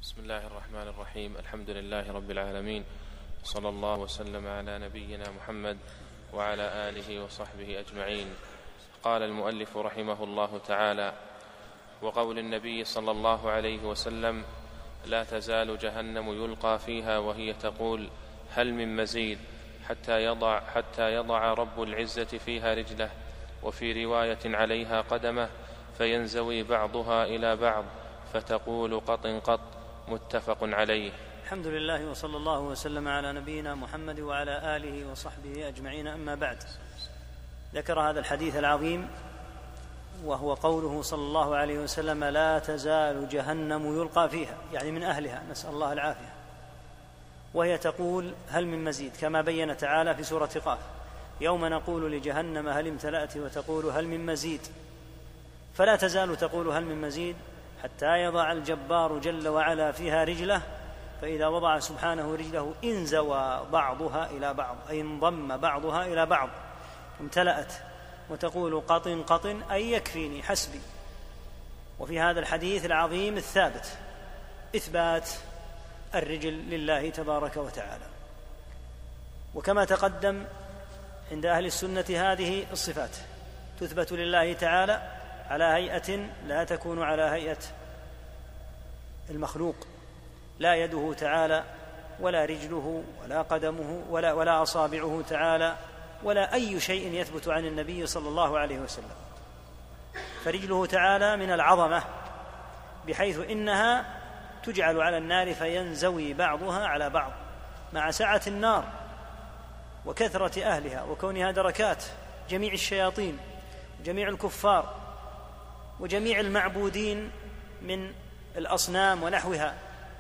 بسم الله الرحمن الرحيم. الحمد لله رب العالمين، صلى الله وسلم على نبينا محمد وعلى آله وصحبه أجمعين. قال المؤلف رحمه الله تعالى: وقول النبي صلى الله عليه وسلم: لا تزال جهنم يلقى فيها وهي تقول هل من مزيد حتى يضع رب العزة فيها رجله، وفي رواية عليها قدمه، فينزوي بعضها إلى بعض فتقول قط قط، متفق عليه. الحمد لله، وصلى الله وسلم على نبينا محمد وعلى آله وصحبه أجمعين، أما بعد. ذكر هذا الحديث العظيم وهو قوله صلى الله عليه وسلم: لا تزال جهنم يلقى فيها، يعني من أهلها، نسأل الله العافية، وهي تقول هل من مزيد، كما بين تعالى في سورة قاف: يوم نقول لجهنم هل امتلأت وتقول هل من مزيد. فلا تزال تقول هل من مزيد حتى يضع الجبار جل وعلا فيها رجله، فإذا وضع سبحانه رجله انزوى بعضها إلى بعض، أي انضم بعضها إلى بعض، امتلأت، وتقول قط قط، أي يكفيني حسبي. وفي هذا الحديث العظيم الثابت إثبات الرجل لله تبارك وتعالى، وكما تقدم عند أهل السنة هذه الصفات تثبت لله تعالى على هيئة لا تكون على هيئة المخلوق، لا يده تعالى ولا رجله ولا قدمه ولا أصابعه تعالى ولا أي شيء يثبت عن النبي صلى الله عليه وسلم. فرجله تعالى من العظمة بحيث إنها تجعل على النار فينزوي بعضها على بعض، مع سعة النار وكثرة أهلها وكونها دركات جميع الشياطين وجميع الكفار وجميع المعبودين من الأصنام ونحوها،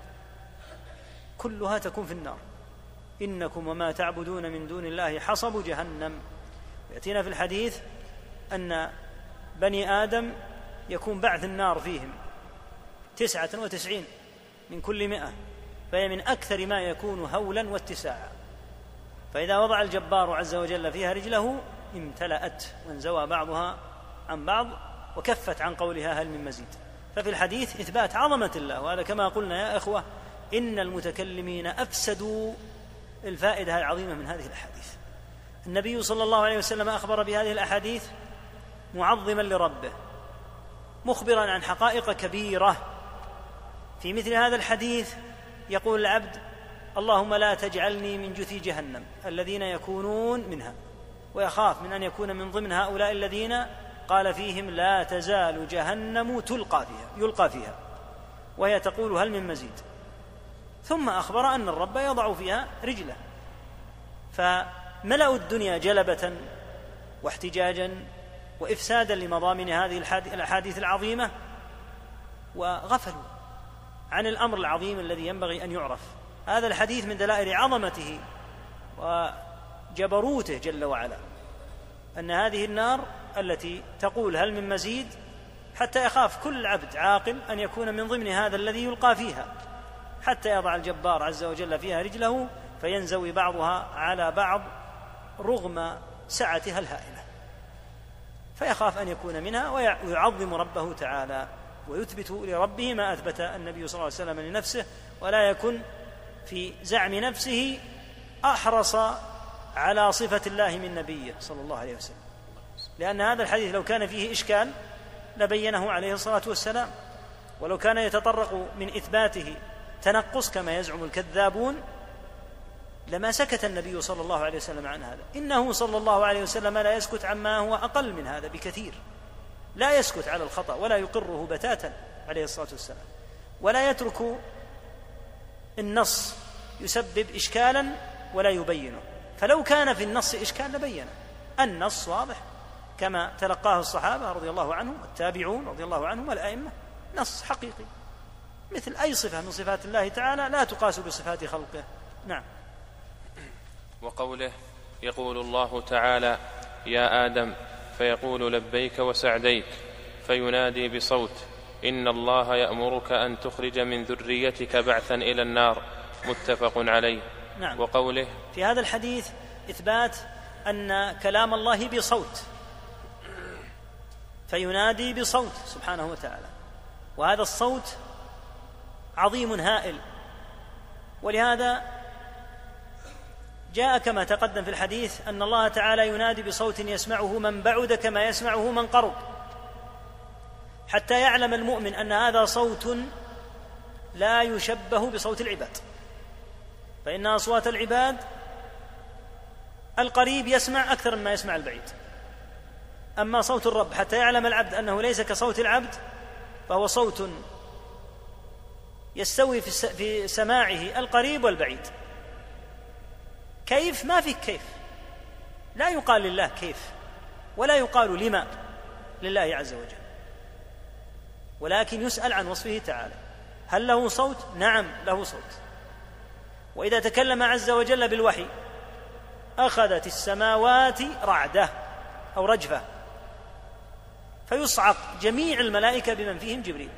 كلها تكون في النار. إنكم وما تعبدون من دون الله حصب جهنم. يأتينا في الحديث أن بني آدم يكون بعث النار فيهم 99 من كل 100، فهي من أكثر ما يكون هولا واتساعا. فإذا وضع الجبار عز وجل فيها رجله امتلأت وانزوى بعضها عن بعض، وكفت عن قولها هل من مزيد. ففي الحديث إثبات عظمة الله، وهذا كما قلنا يا إخوة إن المتكلمين أفسدوا الفائدة العظيمة من هذه الأحاديث. النبي صلى الله عليه وسلم أخبر بهذه الأحاديث معظما لربه، مخبرا عن حقائق كبيرة. في مثل هذا الحديث يقول العبد: اللهم لا تجعلني من جثي جهنم الذين يكونون منها، ويخاف من أن يكون من ضمن هؤلاء الذين قال فيهم لا تزال جهنم يلقى فيها وهي تقول هل من مزيد. ثم أخبر أن الرب يضع فيها رجله. فملأوا الدنيا جلبة واحتجاجا وإفسادا لمضامن هذه الأحاديث العظيمة، وغفلوا عن الأمر العظيم الذي ينبغي أن يعرف. هذا الحديث من دلائل عظمته وجبروته جل وعلا، أن هذه النار التي تقول هل من مزيد حتى يخاف كل عبد عاقل أن يكون من ضمن هذا الذي يلقى فيها، حتى يضع الجبار عز وجل فيها رجله فينزوي بعضها على بعض رغم سعتها الهائلة، فيخاف أن يكون منها ويعظم ربه تعالى ويثبت لربه ما أثبت النبي صلى الله عليه وسلم لنفسه، ولا يكن في زعم نفسه أحرص على صفة الله من نبيه صلى الله عليه وسلم، لأن هذا الحديث لو كان فيه إشكال لبينه عليه الصلاة والسلام، ولو كان يتطرق من إثباته تنقص كما يزعم الكذابون لما سكت النبي صلى الله عليه وسلم عن هذا. إنه صلى الله عليه وسلم لا يسكت عما هو أقل من هذا بكثير، لا يسكت على الخطأ ولا يقره بتاتا عليه الصلاة والسلام، ولا يترك النص يسبب إشكالا ولا يبينه. فلو كان في النص إشكال لبينه. النص واضح كما تلقاه الصحابة رضي الله عنهم والتابعون رضي الله عنهم والأئمة، نص حقيقي مثل أي صفة من صفات الله تعالى لا تقاس بصفات خلقه. نعم. وقوله: يقول الله تعالى يا آدم فيقول لبيك وسعديك، فينادي بصوت إن الله يأمرك أن تخرج من ذريتك بعثا إلى النار، متفق عليه. نعم. وقوله: في هذا الحديث إثبات أن كلام الله بصوت، فينادي بصوت سبحانه وتعالى، وهذا الصوت عظيم هائل. ولهذا جاء كما تقدم في الحديث أن الله تعالى ينادي بصوت يسمعه من بعد كما يسمعه من قرب، حتى يعلم المؤمن أن هذا صوت لا يشبه بصوت العباد، فإن أصوات العباد القريب يسمع أكثر مما يسمع البعيد، أما صوت الرب حتى يعلم العبد أنه ليس كصوت العبد فهو صوت يستوي في سماعه القريب والبعيد. كيف؟ ما في كيف، لا يقال لله كيف ولا يقال لما لله عز وجل، ولكن يسأل عن وصفه تعالى. هل له صوت؟ نعم له صوت. وإذا تكلم عز وجل بالوحي أخذت السماوات رعدة أو رجفة، فيصعق جميع الملائكة بمن فيهم جبريل،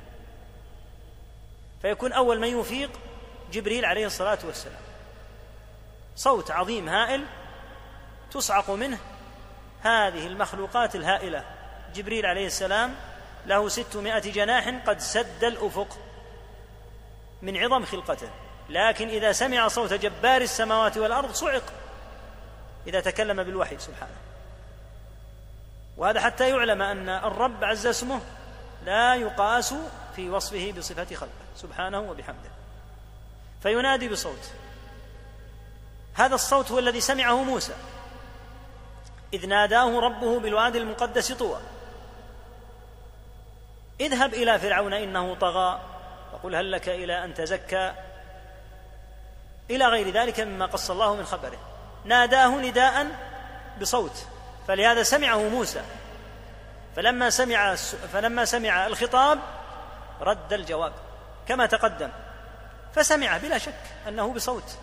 فيكون أول من يفيق جبريل عليه الصلاة والسلام. صوت عظيم هائل تصعق منه هذه المخلوقات الهائلة. جبريل عليه السلام له 600 جناح قد سد الأفق من عظم خلقته، لكن إذا سمع صوت جبار السماوات والأرض صعق إذا تكلم بالوحي سبحانه. وهذا حتى يعلم أن الرب عز اسمه لا يقاس في وصفه بصفة خلقه سبحانه وبحمده، فينادي بصوت. هذا الصوت هو الذي سمعه موسى إذ ناداه ربه بالوادي المقدس طوى اذهب إلى فرعون إنه طغى وقل هل لك إلى أن تزكى، إلى غير ذلك مما قص الله من خبره. ناداه نداء بصوت، فلهذا سمعه موسى، فلما سمع الخطاب رد الجواب كما تقدم، فسمع بلا شك أنه بصوت.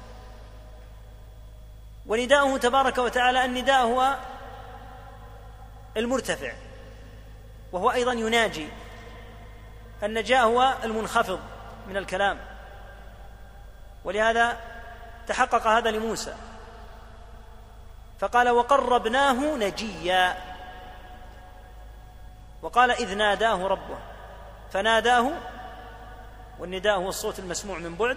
ونداؤه تبارك وتعالى النداء هو المرتفع، وهو أيضا يناجي. النجاة هو المنخفض من الكلام، ولهذا تحقق هذا لموسى، فقال وقربناه نجيا، وقال إذ ناداه ربه، فناداه، والنداء هو الصوت المسموع من بعد،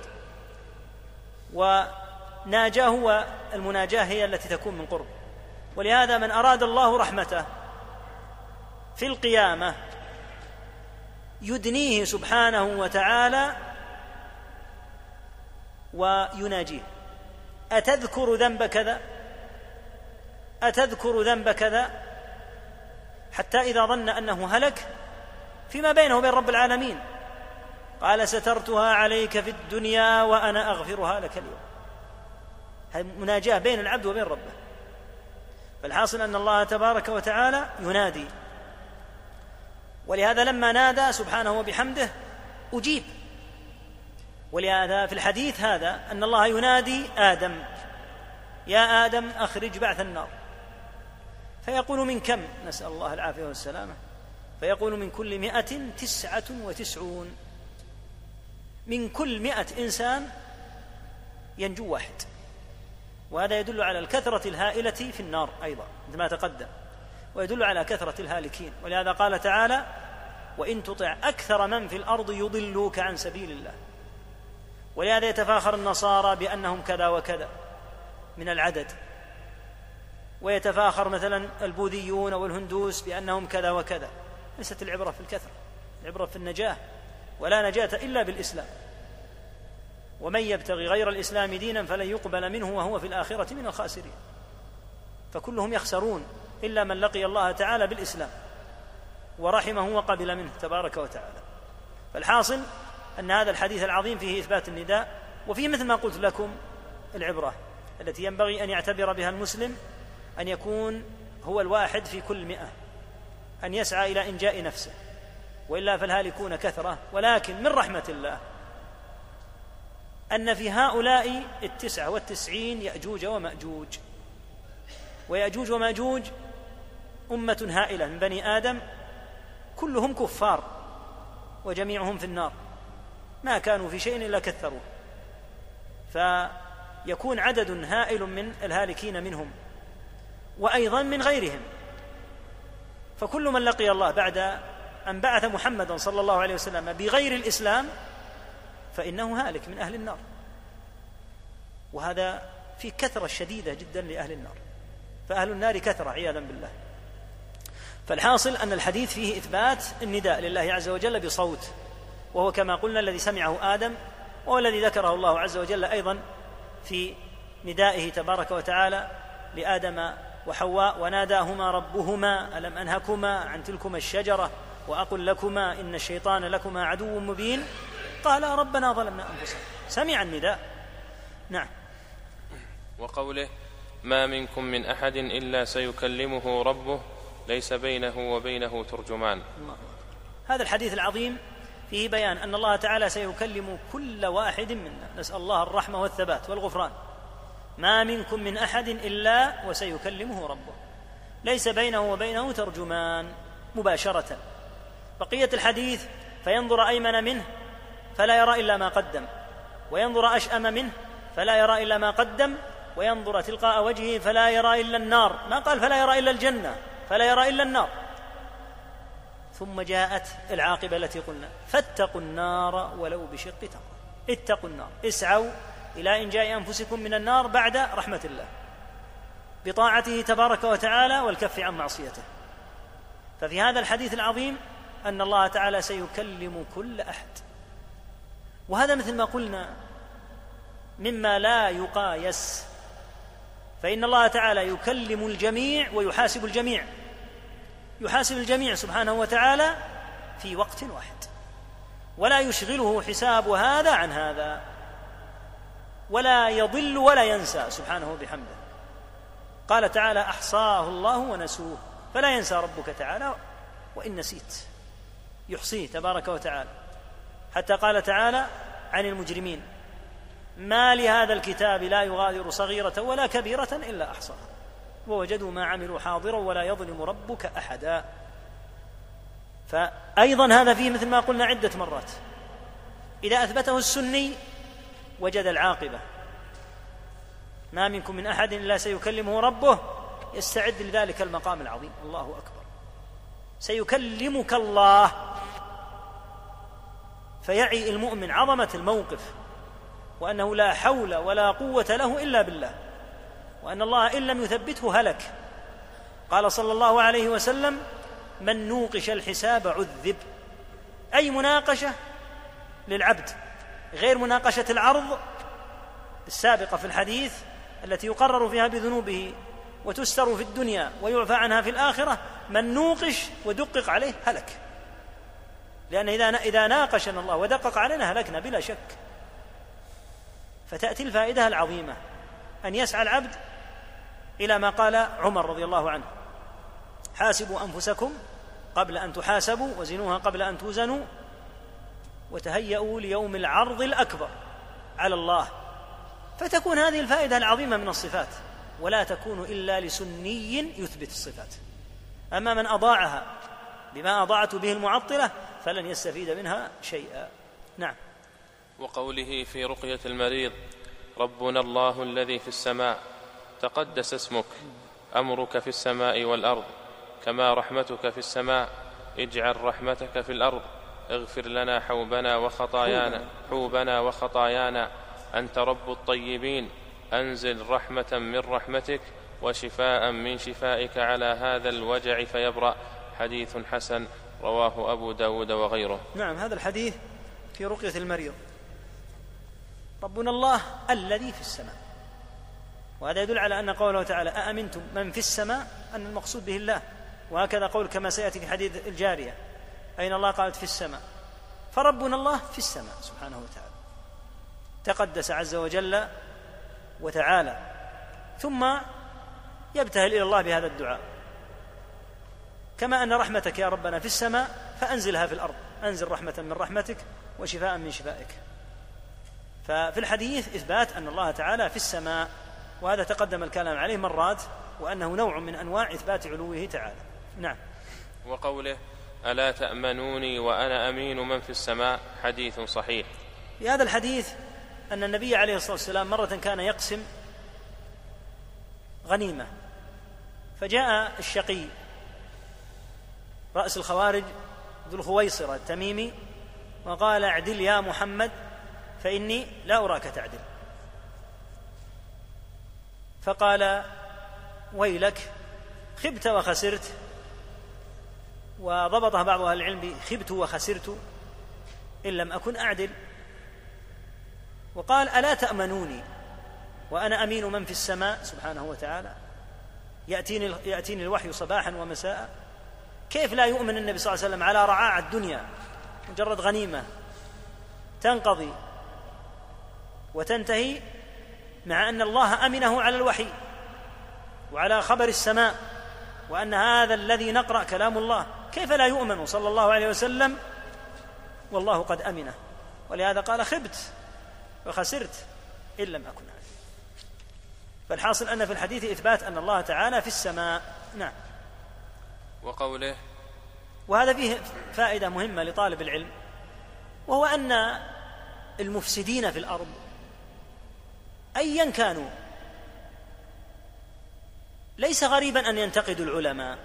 وناجاه، والمناجاة هي التي تكون من قرب. ولهذا من أراد الله رحمته في القيامة يدنيه سبحانه وتعالى ويناجيه: أتذكر ذنب كذا؟ أتذكر ذنب كذا؟ حتى إذا ظن أنه هلك فيما بينه وبين رب العالمين قال سترتها عليك في الدنيا وأنا أغفرها لك اليوم. هذه مناجاة بين العبد وبين ربه. فالحاصل أن الله تبارك وتعالى ينادي، ولهذا لما نادى سبحانه وبحمده أجيب. ولهذا في الحديث هذا أن الله ينادي آدم: يا آدم أخرج بعث النار، فيقول من كم؟ نسأل الله العافية والسلامة. فيقول من كل 199، من كل 100 إنسان ينجو واحد. وهذا يدل على الكثرة الهائلة في النار أيضا كما تقدم، ويدل على كثرة الهالكين. ولهذا قال تعالى: وإن تطع أكثر من في الأرض يضلوك عن سبيل الله. ولهذا يتفاخر النصارى بأنهم كذا وكذا من العدد، ويتفاخر مثلا البوذيون والهندوس بأنهم كذا وكذا. ليست العبرة في الكثرة، العبرة في النجاة، ولا نجاة إلا بالإسلام. ومن يبتغي غير الإسلام دينا فلن يقبل منه وهو في الآخرة من الخاسرين. فكلهم يخسرون إلا من لقي الله تعالى بالإسلام ورحمه وقبل منه تبارك وتعالى. فالحاصل أن هذا الحديث العظيم فيه إثبات النداء، وفيه مثل ما قلت لكم العبرة التي ينبغي أن يعتبر بها المسلم، أن يكون هو الواحد في كل 100، أن يسعى إلى إنجاء نفسه، وإلا فالهالكون كثرة. ولكن من رحمة الله أن في هؤلاء 99 يأجوج ومأجوج، ويأجوج ومأجوج أمة هائلة من بني آدم كلهم كفار وجميعهم في النار، ما كانوا في شيء إلا كثروه، فيكون عدد هائل من الهالكين منهم وأيضا من غيرهم. فكل من لقي الله بعد أن بعث محمدا صلى الله عليه وسلم بغير الإسلام فإنه هالك من أهل النار، وهذا في كثرة شديدة جدا لأهل النار، فأهل النار كثرة عياذا بالله. فالحاصل أن الحديث فيه إثبات النداء لله عز وجل بصوت، وهو كما قلنا الذي سمعه آدم، وهو الذي ذكره الله عز وجل أيضا في ندائه تبارك وتعالى لآدم وحواء: وناداهما ربهما ألم أنهكما عن تلكما الشجرة وأقل لكما إن الشيطان لكما عدو مبين قالا ربنا ظلمنا أنفسنا. سمع النداء. نعم. وقوله: ما منكم من أحد إلا سيكلمه ربه ليس بينه وبينه ترجمان. هذا الحديث العظيم فيه بيان أن الله تعالى سيكلم كل واحد منا، نسأل الله الرحمة والثبات والغفران. ما منكم من أحد إلا وسيكلمه ربه ليس بينه وبينه ترجمان، مباشرة. بقية الحديث: فينظر أيمن منه فلا يرى إلا ما قدم، وينظر أشأم منه فلا يرى إلا ما قدم، وينظر تلقاء وجهه فلا يرى إلا النار. ما قال فلا يرى إلا الجنة، فلا يرى إلا النار. ثم جاءت العاقبة التي قلنا: فاتقوا النار ولو بشق تمرة. اتقوا النار، اسعوا إلى إنجاء أنفسكم من النار بعد رحمة الله بطاعته تبارك وتعالى والكف عن معصيته. ففي هذا الحديث العظيم أن الله تعالى سيكلم كل أحد، وهذا مثل ما قلنا مما لا يقايس، فإن الله تعالى يكلم الجميع ويحاسب الجميع، يحاسب الجميع سبحانه وتعالى في وقت واحد، ولا يشغله حساب هذا عن هذا، ولا يضل ولا ينسى سبحانه بحمده. قال تعالى: أحصاه الله ونسوه، فلا ينسى ربك تعالى وإن نسيت، يحصيه تبارك وتعالى. حتى قال تعالى عن المجرمين: ما لهذا الكتاب لا يغادر صغيرة ولا كبيرة إلا أحصاها ووجدوا ما عملوا حاضرا ولا يظلم ربك أحدا. فأيضا هذا فيه مثل ما قلنا عدة مرات، إذا أثبته السني وجد العاقبة: ما منكم من أحد إلا سيكلمه ربه، يستعد لذلك المقام العظيم. الله أكبر. سيكلمك الله، فيعي المؤمن عظمة الموقف، وأنه لا حول ولا قوة له إلا بالله، وأن الله إن لم يثبته هلك. قال صلى الله عليه وسلم: من نوقش الحساب عذب. أي مناقشة للعبد غير مناقشة العرض السابقة في الحديث التي يقرر فيها بذنوبه وتستر في الدنيا ويعفى عنها في الآخرة. من نوقش ودقق عليه هلك، لأن إذا ناقشنا الله ودقق علينا هلكنا بلا شك. فتأتي الفائدة العظيمة أن يسعى العبد إلى ما قال عمر رضي الله عنه: حاسبوا أنفسكم قبل أن تحاسبوا، وزنوها قبل أن توزنوا، وتهيئوا ليوم العرض الأكبر على الله. فتكون هذه الفائدة العظيمة من الصفات، ولا تكون إلا لسني يثبت الصفات. أما من أضاعها بما أضاعت به المعطلة فلن يستفيد منها شيئا. نعم. وقوله في رقية المريض: ربنا الله الذي في السماء، تقدس اسمك، أمرك في السماء والأرض، كما رحمتك في السماء، اجعل رحمتك في الأرض، اغفر لنا حوبنا وخطايانا، أنت رب الطيبين، أنزل رحمة من رحمتك وشفاء من شفائك على هذا الوجع فيبرأ. حديث حسن رواه أبو داود وغيره. نعم. هذا الحديث في رقية المريض: ربنا الله الذي في السماء، وهذا يدل على أن قوله تعالى: أأمنتم من في السماء، أن المقصود به الله. وهكذا قول كما سيأتي في حديث الجارية: أين الله؟ قالت في السماء. فربنا الله في السماء سبحانه وتعالى، تقدس عز وجل وتعالى. ثم يبتهل إلى الله بهذا الدعاء: كما أن رحمتك يا ربنا في السماء فأنزلها في الأرض، أنزل رحمة من رحمتك وشفاء من شفائك. ففي الحديث إثبات أن الله تعالى في السماء، وهذا تقدم الكلام عليه مرات، وأنه نوع من أنواع إثبات علوه تعالى. نعم. وقوله: ألا تأمنوني وأنا أمين من في السماء، حديث صحيح. في هذا الحديث أن النبي عليه الصلاة والسلام مرة كان يقسم غنيمة، فجاء الشقي رأس الخوارج ذو الخويصرة التميمي وقال: اعدل يا محمد فإني لا أراك تعدل. فقال ويلك خبت وخسرت، وضبطها بعض أهل العلم خبت وخسرت إن لم أكن أعدل. وقال ألا تأمنوني وأنا أمين من في السماء سبحانه وتعالى، يأتيني الوحي صباحا ومساء. كيف لا يؤمن النبي صلى الله عليه وسلم على رعاع الدنيا، مجرد غنيمة تنقضي وتنتهي، مع أن الله أمنه على الوحي وعلى خبر السماء، وأن هذا الذي نقرأ كلام الله؟ كيف لا يؤمن صلى الله عليه وسلم والله قد أمنه؟ ولهذا قال خبت وخسرت إن لم أكن أعلم. فالحاصل أن في الحديث إثبات أن الله تعالى في السماء. نعم. وقوله، وهذا فيه فائدة مهمة لطالب العلم، وهو أن المفسدين في الأرض أيا كانوا ليس غريبا أن ينتقدوا العلماء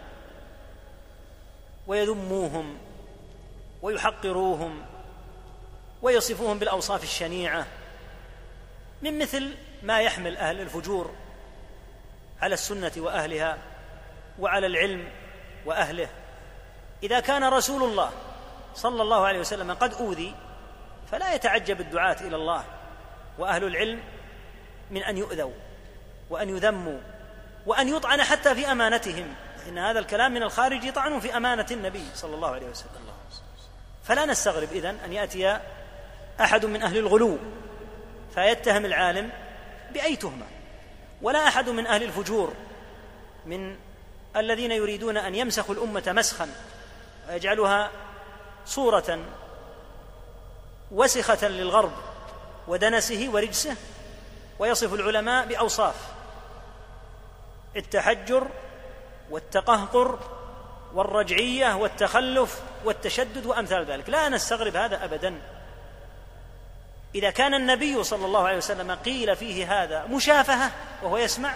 ويذموهم ويحقروهم ويصفوهم بالأوصاف الشنيعة، من مثل ما يحمل أهل الفجور على السنة وأهلها وعلى العلم وأهله. إذا كان رسول الله صلى الله عليه وسلم قد أوذي، فلا يتعجب الدعاة إلى الله وأهل العلم من أن يؤذوا وأن يذموا وأن يطعن حتى في أمانتهم، إن هذا الكلام من الخارج يطعن في أمانة النبي صلى الله عليه وسلم. فلا نستغرب إذن أن يأتي أحد من أهل الغلو فيتهم العالم بأي تهمة، ولا أحد من أهل الفجور من الذين يريدون أن يمسخوا الأمة مسخا ويجعلها صورة وسخة للغرب ودنسه ورجسه، ويصف العلماء بأوصاف التحجر والتقهقر والرجعية والتخلف والتشدد وأمثال ذلك. لا نستغرب هذا أبدا. إذا كان النبي صلى الله عليه وسلم قيل فيه هذا مشافهة وهو يسمع،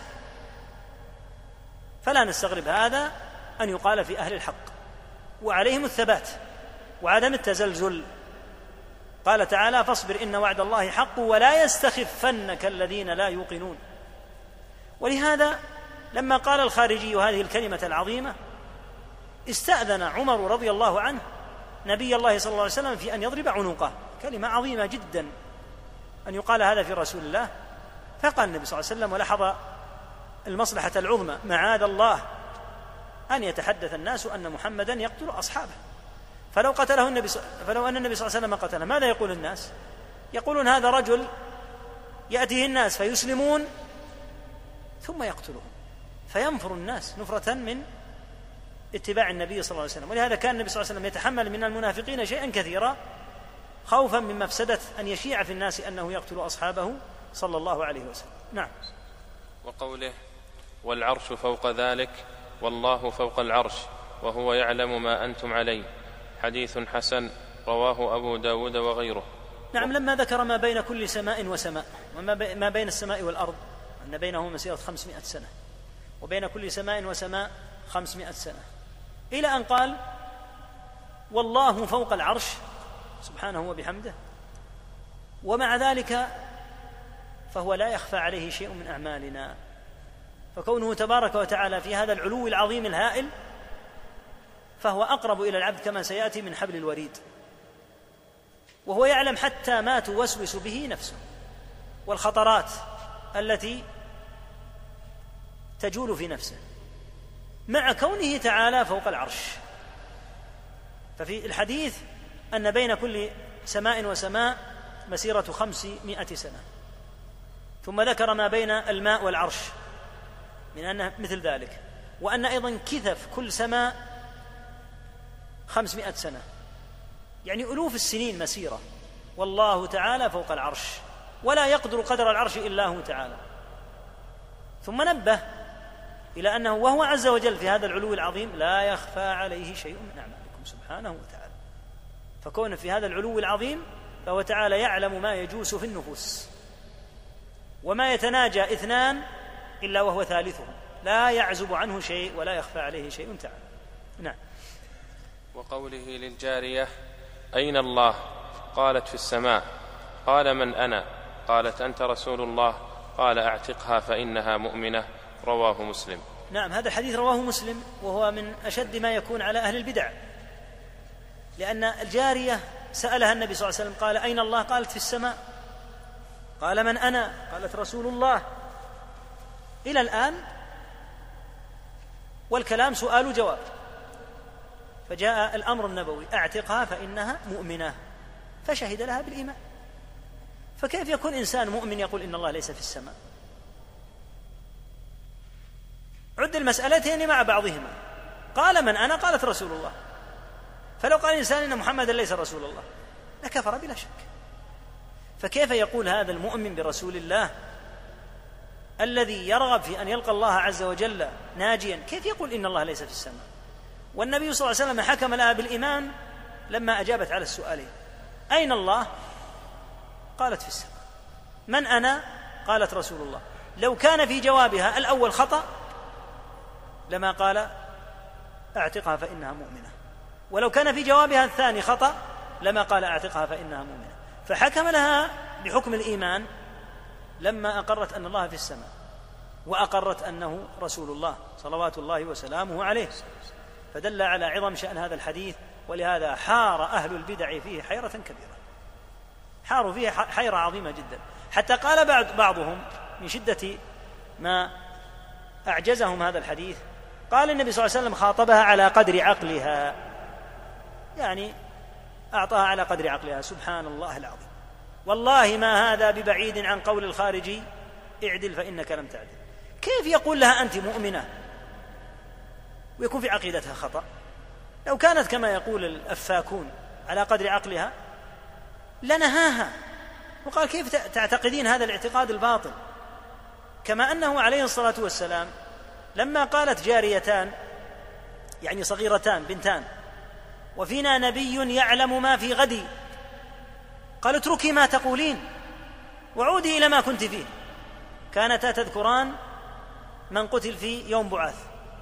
فلا نستغرب هذا أن يقال في أهل الحق، وعليهم الثبات وعدم التزلزل. قال تعالى فاصبر إن وعد الله حق ولا يستخفنك الذين لا يوقنون. ولهذا لما قال الخارجي هذه الكلمة العظيمة استأذن عمر رضي الله عنه نبي الله صلى الله عليه وسلم في أن يضرب عنقه، كلمة عظيمة جدا أن يقال هذا في رسول الله. فقال النبي صلى الله عليه وسلم ولحظ المصلحة العظمى معاذ الله أن يتحدث الناس أن محمدا يقتل أصحابه، فلو أن النبي صلى الله عليه وسلم قتله ماذا يقول الناس؟ يقولون هذا رجل يأتيه الناس فيسلمون ثم يقتلهم، فينفر الناس نفرة من اتباع النبي صلى الله عليه وسلم. ولهذا كان النبي صلى الله عليه وسلم يتحمل من المنافقين شيئا كثيرا خوفا من مفسدة أن يشيع في الناس أنه يقتل أصحابه صلى الله عليه وسلم. نعم. وقوله والعرش فوق ذلك والله فوق العرش وهو يعلم ما أنتم عليه، حديث حسن رواه أبو داود وغيره. نعم. لما ذكر ما بين كل سماء وسماء وما بين السماء والأرض أن بينهما مسيرة 500 سنة، وبين كل سماء وسماء 500 سنة، إلى أن قال والله فوق العرش سبحانه وبحمده، ومع ذلك فهو لا يخفى عليه شيء من أعمالنا. فكونه تبارك وتعالى في هذا العلو العظيم الهائل فهو أقرب إلى العبد كما سيأتي من حبل الوريد، وهو يعلم حتى ما توسوس به نفسه والخطرات التي تجول في نفسه، مع كونه تعالى فوق العرش. ففي الحديث أن بين كل سماء وسماء مسيرة 500 سنة، ثم ذكر ما بين الماء والعرش من أنه مثل ذلك، وأن أيضا كثف كل سماء 500 سنة، يعني ألوف السنين مسيرة، والله تعالى فوق العرش ولا يقدر قدر العرش إلا هو تعالى. ثم نبه إلى أنه وهو عز وجل في هذا العلو العظيم لا يخفى عليه شيء من أعمالكم سبحانه وتعالى. فكون في هذا العلو العظيم فهو تعالى يعلم ما يجوس في النفوس، وما يتناجى اثنان إلا وهو ثالثهم، لا يعزب عنه شيء ولا يخفى عليه شيء تعالى. نعم. وقوله للجارية أين الله؟ قالت في السماء، قال: من أنا؟ قالت: أنت رسول الله. قال: أعتقها فإنها مؤمنة. رواه مسلم. نعم، هذا الحديث رواه مسلم، وهو من أشد ما يكون على أهل البدع، لأن الجارية سألها النبي صلى الله عليه وسلم قال: أين الله؟ قالت: في السماء. قال: من أنا؟ قالت: رسول الله. إلى الآن والكلام سؤال وجواب، فجاء الأمر النبوي: أعتقها فإنها مؤمنة، فشهد لها بالإيمان. فكيف يكون إنسان مؤمن يقول إن الله ليس في السماء؟ عد المسألتين مع بعضهما. قال: من أنا؟ قالت: رسول الله. فلو قال إنسان إن محمدا ليس رسول الله لكفر بلا شك. فكيف يقول هذا المؤمن برسول الله الذي يرغب في أن يلقى الله عز وجل ناجيا، كيف يقول إن الله ليس في السماء؟ والنبي صلى الله عليه وسلم حكم لها بالإيمان لما أجابت على السؤالين: أين الله؟ قالت: في السماء. من أنا؟ قالت: رسول الله. لو كان في جوابها الأول خطأ لما قال: أعتقها فإنها مؤمنة، ولو كان في جوابها الثاني خطأ لما قال: أعتقها فإنها مؤمنة. فحكم لها بحكم الإيمان لما أقرت أن الله في السماء، وأقرت أنه رسول الله صلوات الله وسلامه عليه، فدل على عظم شأن هذا الحديث. ولهذا حار أهل البدع فيه حيرة كبيرة، حاروا فيه حيرة عظيمة جدا، حتى قال بعضهم من شدة ما أعجزهم هذا الحديث، قال النبي صلى الله عليه وسلم خاطبها على قدر عقلها، يعني أعطاها على قدر عقلها. سبحان الله العظيم، والله ما هذا ببعيد عن قول الخارجي: اعدل فإنك لم تعدل. كيف يقول لها أنت مؤمنة ويكون في عقيدتها خطأ؟ لو كانت كما يقول الأفاكون على قدر عقلها لنهاها وقال: كيف تعتقدين هذا الاعتقاد الباطل؟ كما أنه عليه الصلاة والسلام لما قالت جاريتان، يعني صغيرتان بنتان: وفينا نبي يعلم ما في غد، قال: اتركي ما تقولين وعودي إلى ما كنت فيه. كانتا تذكران من قتل في يوم بعاث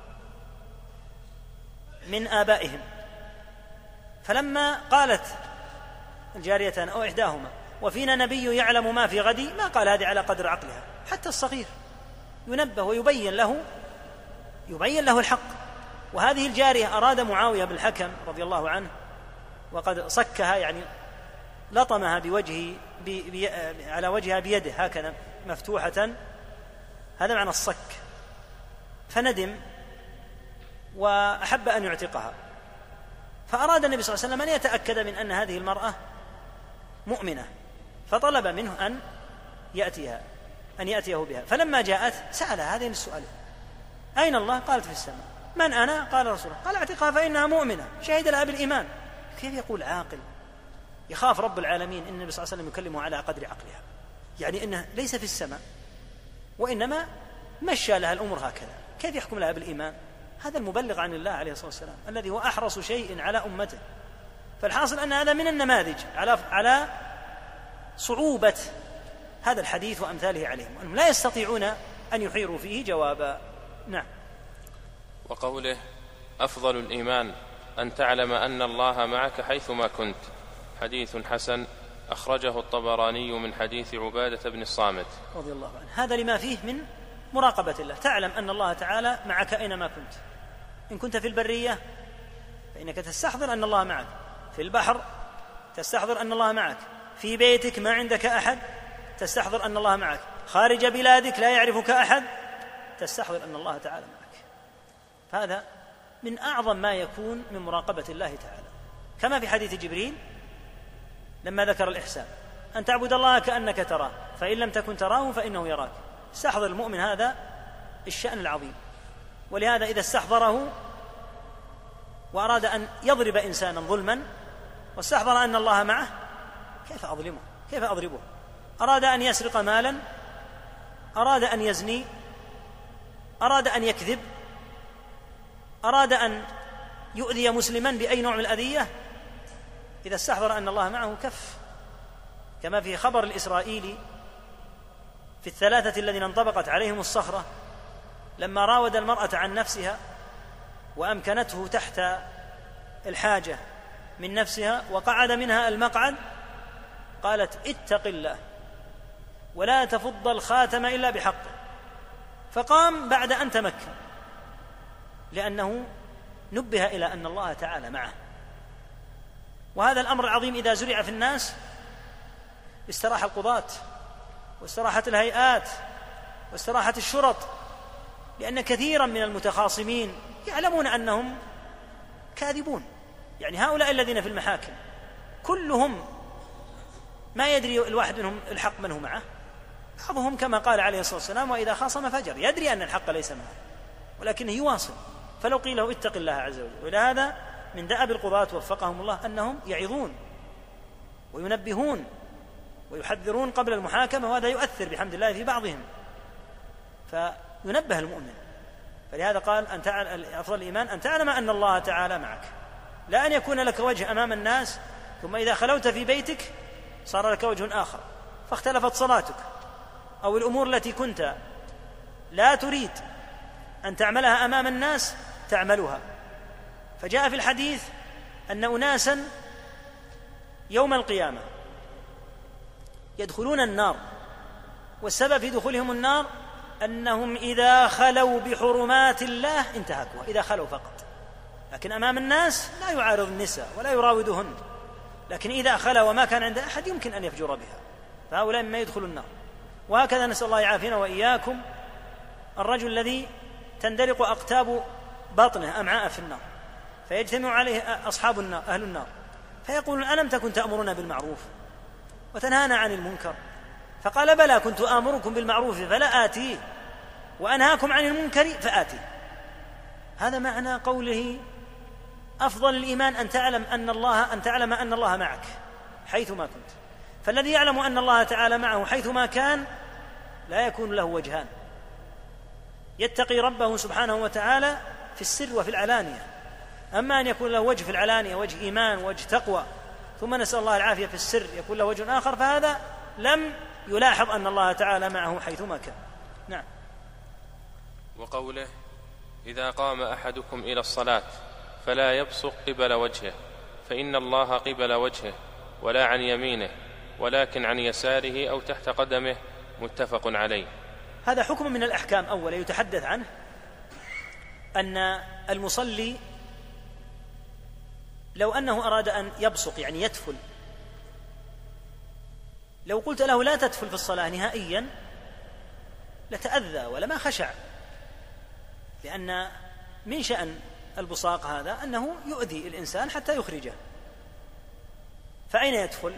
من آبائهم، فلما قالت الجاريتان أو إحداهما: وفينا نبي يعلم ما في غد، ما قال هذه على قدر عقلها، حتى الصغير ينبه ويبين له الحق. وهذه الجارية أراد معاوية بالحكم رضي الله عنه وقد صكها، يعني لطمها بوجهه على وجهها بيده هكذا مفتوحة، هذا معنى الصك، فندم وأحب أن يعتقها، فأراد النبي صلى الله عليه وسلم أن يتأكد من أن هذه المرأة مؤمنة، فطلب منه أن يأتيه بها. فلما جاءت سألها هذين السؤالين: أين الله؟ قالت: في السماء. من أنا؟ قال: رسول الله. قال: اعتقها فإنها مؤمنة، شهد لها بالإيمان. كيف يقول عاقل يخاف رب العالمين إن النبي صلى الله عليه وسلم يكلمه على قدر عقلها، يعني إنه ليس في السماء وإنما مشى لها الأمور هكذا؟ كيف يحكم لها بالإيمان؟ هذا المبلغ عن الله عليه الصلاة والسلام الذي هو أحرص شيء على أمته. فالحاصل أن هذا من النماذج على صعوبة هذا الحديث وأمثاله عليهم، أنهم لا يستطيعون أن يحيروا فيه جوابا. نعم. وقوله: أفضل الإيمان أن تعلم أن الله معك حيثما كنت، حديث حسن أخرجه الطبراني من حديث عبادة بن الصامت رضي الله عنه. هذا لما فيه من مراقبة الله، تعلم أن الله تعالى معك أينما كنت. إن كنت في البرية فإنك تستحضر أن الله معك، في البحر تستحضر أن الله معك، في بيتك ما عندك أحد تستحضر أن الله معك، خارج بلادك لا يعرفك أحد تستحضر أن الله تعالى معك. فهذا من أعظم ما يكون من مراقبة الله تعالى، كما في حديث جبريل لما ذكر الإحسان: أن تعبد الله كأنك تراه فإن لم تكن تراه فإنه يراك. استحضر المؤمن هذا الشأن العظيم، ولهذا إذا استحضره وأراد أن يضرب إنسانا ظلما واستحضر أن الله معه، كيف أظلمه؟ كيف أضربه؟ أراد أن يسرق مالا، أراد أن يزني، أراد أن يكذب، أراد أن يؤذي مسلما بأي نوع من الأذية، إذا استحضر أن الله معه كف. كما في خبر الإسرائيلي في الثلاثة الذين انطبقت عليهم الصخرة لما راود المرأة عن نفسها وأمكنته تحت الحاجة من نفسها وقعد منها المقعد، قالت اتق الله ولا تفض الخاتم إلا بحقه، فقام بعد أن تمكن، لأنه نبه إلى أن الله تعالى معه. وهذا الأمر العظيم إذا زرع في الناس استراح القضاة واستراحت الهيئات واستراحت الشرط، لأن كثيرا من المتخاصمين يعلمون أنهم كاذبون. يعني هؤلاء الذين في المحاكم كلهم ما يدري الواحد منهم الحق من هو معه، بعضهم كما قال عليه الصلاة والسلام وإذا خاصم فجر، يدري أن الحق ليس معه ولكنه يواصل. فلو قيل له اتق الله عز وجل. ولهذا من دأب القضاة وفقهم الله أنهم يعظون وينبهون ويحذرون قبل المحاكمة، وهذا يؤثر بحمد الله في بعضهم، فينبه المؤمن. فلهذا قال أفضل الإيمان أن تعلم أن الله تعالى معك، لا أن يكون لك وجه أمام الناس ثم إذا خلوت في بيتك صار لك وجه آخر فاختلفت صلاتك، أو الأمور التي كنت لا تريد أن تعملها أمام الناس تعملها. فجاء في الحديث أن أناسا يوم القيامة يدخلون النار، والسبب في دخولهم النار أنهم إذا خلوا بحرمات الله انتهكوها، إذا خلوا فقط، لكن أمام الناس لا يعارض النساء ولا يراودهن، لكن إذا خلا وما كان عند أحد يمكن أن يفجر بها، فهؤلاء مما يدخل النار. وهكذا نسأل الله يعافينا وإياكم الرجل الذي تندلق أقتاب بطنه أمعاء في النار، فيجتمع عليه أصحاب النار أهل النار فيقولون ألم تكن تأمرنا بالمعروف وتنهانا عن المنكر؟ فقال بلى كنت آمركم بالمعروف فلا آتيه وأنهاكم عن المنكر فآتيه. هذا معنى قوله أفضل الإيمان أن تعلم أن الله معك حيثما كنت. فالذي يعلم أن الله تعالى معه حيثما كان لا يكون له وجهان، يتقي ربه سبحانه وتعالى في السر وفي العلانية. أما أن يكون له وجه في العلانية وجه إيمان وجه تقوى ثم نسأل الله العافية في السر يكون له وجه آخر، فهذا لم يلاحظ أن الله تعالى معه حيثما كان. نعم. وقوله إذا قام أحدكم إلى الصلاة فلا يبصق قبل وجهه فإن الله قبل وجهه ولا عن يمينه ولكن عن يساره أو تحت قدمه، متفق عليه. هذا حكم من الأحكام أولا يتحدث عنه، أن المصلي لو أنه أراد أن يبصق يعني يتفل، لو قلت له لا تتفل في الصلاة نهائيا لتأذى ولما خشع، لأن من شأن البصاق هذا أنه يؤذي الإنسان حتى يخرجه. فأين يتفل؟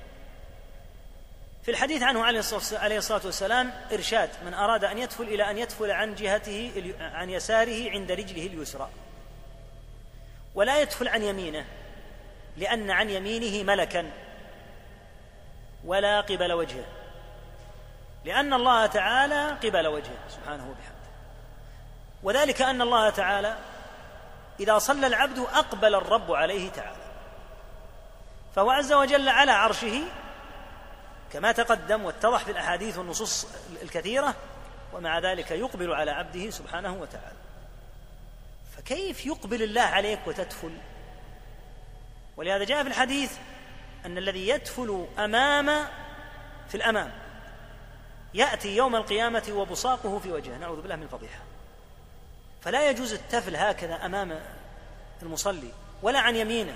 في الحديث عنه عليه الصلاة والسلام إرشاد من أراد أن يتفل إلى أن يتفل عن جهته عن يساره عند رجله اليسرى، ولا يتفل عن يمينه لأن عن يمينه ملكا، ولا قبل وجهه لأن الله تعالى قبل وجهه سبحانه وبحمده. وذلك أن الله تعالى إذا صلى العبد أقبل الرب عليه تعالى، فهو عز وجل على عرشه كما تقدم واتضح في الأحاديث والنصوص الكثيرة، ومع ذلك يقبل على عبده سبحانه وتعالى. فكيف يقبل الله عليك وتتفل؟ ولهذا جاء في الحديث أن الذي يتفل في الأمام يأتي يوم القيامة وبصاقه في وجهه، نعوذ بالله من الفضيحة. فلا يجوز التفل هكذا أمام المصلي ولا عن يمينه.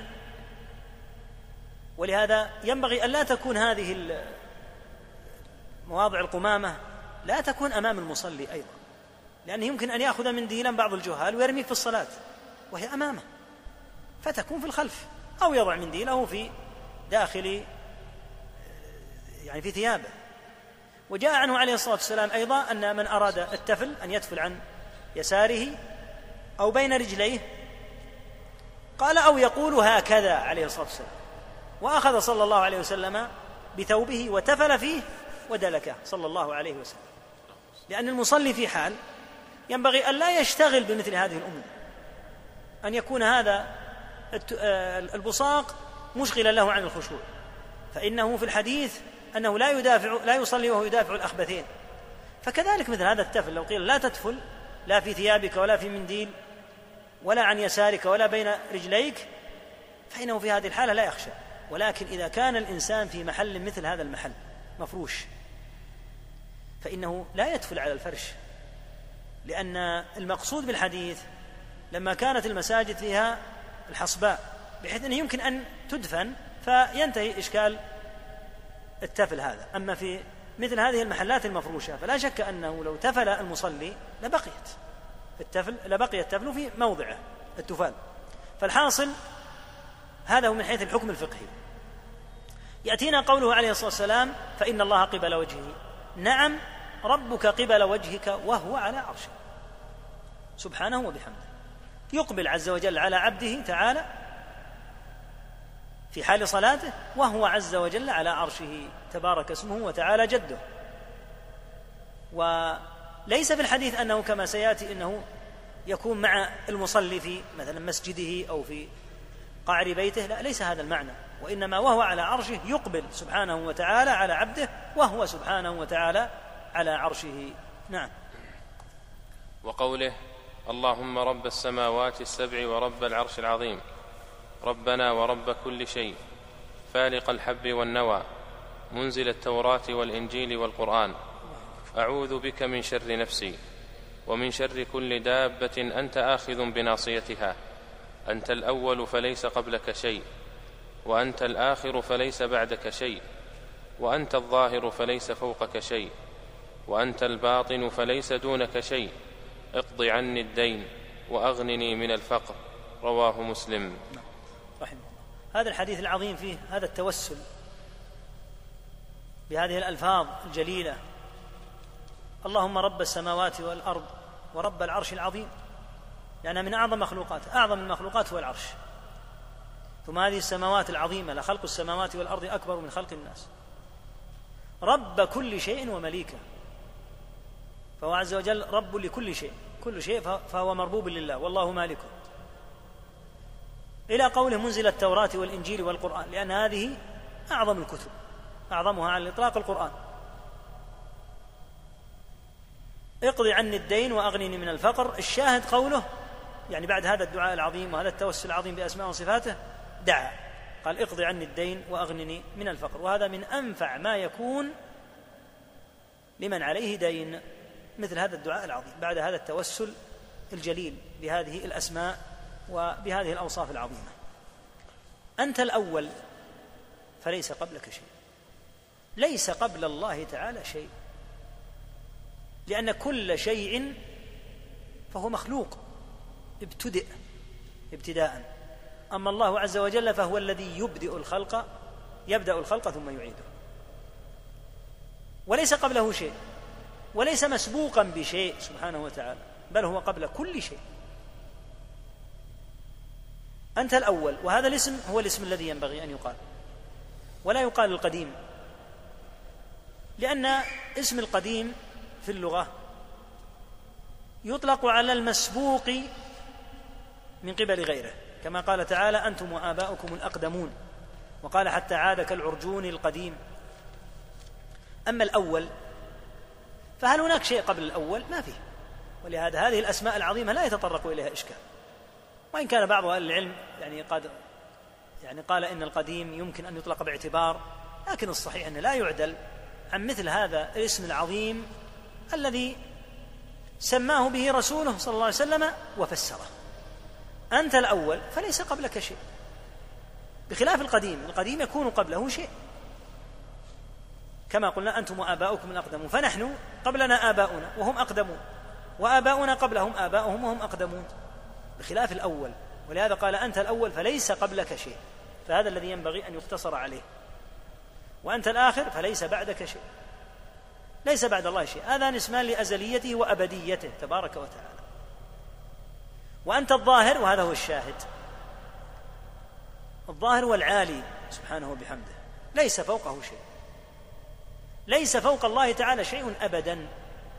ولهذا ينبغي أن لا تكون هذه مواضع القمامة لا تكون أمام المصلي أيضا، لأنه يمكن أن يأخذ منديلا بعض الجهال ويرميه في الصلاة وهي أمامه، فتكون في الخلف، أو يضع منديله في داخل يعني في ثيابه. وجاء عنه عليه الصلاة والسلام أيضا أن من أراد التفل أن يتفل عن يساره أو بين رجليه، قال أو يقول هكذا عليه الصلاة والسلام، وأخذ صلى الله عليه وسلم بثوبه وتفل فيه ودلكه صلى الله عليه وسلم. لأن المصلي في حال ينبغي أن لا يشتغل بمثل هذه الأمور، أن يكون هذا البصاق مشغلا له عن الخشوع، فإنه في الحديث أنه لا يصلي وهو يدافع الأخبثين. فكذلك مثل هذا التفل لو قيل لا تتفل لا في ثيابك ولا في منديل ولا عن يسارك ولا بين رجليك، فإنه في هذه الحالة لا يخشى، ولكن إذا كان الإنسان في محل مثل هذا المحل مفروش فإنه لا يتفل على الفرش، لأن المقصود بالحديث لما كانت المساجد فيها الحصباء بحيث أنه يمكن أن تدفن فينتهي إشكال التفل هذا. أما في مثل هذه المحلات المفروشة فلا شك أنه لو تفل المصلي لبقي التفل في موضعه التفال. فالحاصل هذا هو من حيث الحكم الفقهي. يأتينا قوله عليه الصلاة والسلام فإن الله قبل وجهه. نعم، ربك قبل وجهك وهو على عرشه سبحانه وبحمده، يقبل عز وجل على عبده تعالى في حال صلاته وهو عز وجل على عرشه تبارك اسمه وتعالى جده. وليس في الحديث أنه كما سيأتي أنه يكون مع المصلي في مثلا مسجده أو في قعر بيته، لا، ليس هذا المعنى، وإنما وهو على عرشه يقبل سبحانه وتعالى على عبده وهو سبحانه وتعالى على عرشه. نعم. وقوله اللهم رب السماوات السبع ورب العرش العظيم، ربنا ورب كل شيء، فالق الحب والنوى، منزل التوراة والإنجيل والقرآن، أعوذ بك من شر نفسي ومن شر كل دابة أنت آخذ بناصيتها، أنت الأول فليس قبلك شيء، وأنت الآخر فليس بعدك شيء، وأنت الظاهر فليس فوقك شيء، وأنت الباطن فليس دونك شيء، اقض عني الدين وأغنني من الفقر. رواه مسلم. رحمه الله. هذا الحديث العظيم فيه هذا التوسل بهذه الألفاظ الجليلة، اللهم رب السماوات والأرض ورب العرش العظيم، لأنها من أعظم المخلوقات هو العرش. ثم هذه السماوات العظيمة لخلق السماوات والأرض أكبر من خلق الناس، رب كل شيء ومليكه، فهو عز وجل رب لكل شيء، كل شيء فهو مربوب لله والله مالكه، إلى قوله منزل التوراة والإنجيل والقرآن، لأن هذه أعظم الكتب، أعظمها على الإطلاق القرآن. اقضي عني الدين وأغنني من الفقر، الشاهد قوله يعني بعد هذا الدعاء العظيم وهذا التوسل العظيم بأسماء وصفاته دعا قال اقضي عني الدين وأغنني من الفقر، وهذا من أنفع ما يكون لمن عليه دين، مثل هذا الدعاء العظيم بعد هذا التوسل الجليل بهذه الأسماء وبهذه الأوصاف العظيمة. أنت الأول فليس قبلك شيء، ليس قبل الله تعالى شيء، لأن كل شيء فهو مخلوق ابتدأ ابتداء، أما الله عز وجل فهو الذي يبدأ الخلق ثم يعيده، وليس قبله شيء وليس مسبوقا بشيء سبحانه وتعالى، بل هو قبل كل شيء. أنت الأول، وهذا الاسم هو الاسم الذي ينبغي أن يقال، ولا يقال القديم، لأن اسم القديم في اللغة يطلق على المسبوق من قبل غيره، كما قال تعالى أنتم وآباؤكم الأقدمون، وقال حتى عاد كالعرجون القديم. أما الأول فهل هناك شيء قبل الأول؟ ما فيه، ولهذا هذه الأسماء العظيمة لا يتطرق إليها إشكال، وإن كان بعض أهل العلم قال إن القديم يمكن أن يطلق باعتبار، لكن الصحيح أنه لا يعدل عن مثل هذا الاسم العظيم الذي سماه به رسوله صلى الله عليه وسلم وفسره. أنت الأول فليس قبلك شيء، بخلاف القديم يكون قبله شيء، كما قلنا أنتم وآباؤكم الأقدمون، فنحن قبلنا آباؤنا وهم أقدمون، وآباؤنا قبلهم آباؤهم وهم أقدمون، بخلاف الأول، ولهذا قال أنت الأول فليس قبلك شيء، فهذا الذي ينبغي أن يقتصر عليه. وأنت الآخر فليس بعدك شيء، ليس بعد الله شيء، هذا اسمان لأزليته وأبديته تبارك وتعالى. وأنت الظاهر، وهذا هو الشاهد، الظاهر والعالي سبحانه وبحمده، ليس فوقه شيء، ليس فوق الله تعالى شيء أبدا،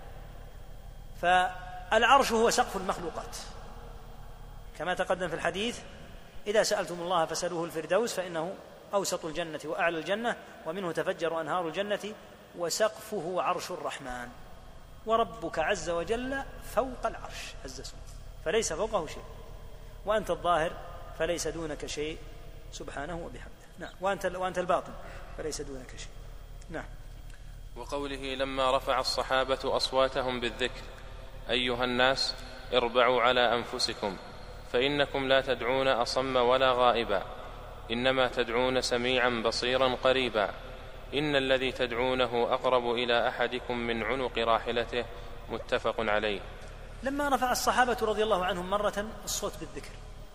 فالعرش هو سقف المخلوقات، كما تقدم في الحديث إذا سألتم الله فسألوه الفردوس فإنه أوسط الجنة وأعلى الجنة ومنه تفجر أنهار الجنة وسقفه عرش الرحمن، وربك عز وجل فوق العرش عز اسمه، فليس فوقه شيء. وأنت الظاهر فليس دونك شيء سبحانه وبحمده. نعم. وأنت الباطن فليس دونك شيء. نعم. وقوله لما رفع الصحابة أصواتهم بالذكر أيها الناس اربعوا على أنفسكم فإنكم لا تدعون أصم ولا غائبا إنما تدعون سميعا بصيرا قريبا إن الذي تدعونه أقرب إلى أحدكم من عنق راحلته متفق عليه. لما رفع الصحابة رضي الله عنهم مرة الصوت بالذكر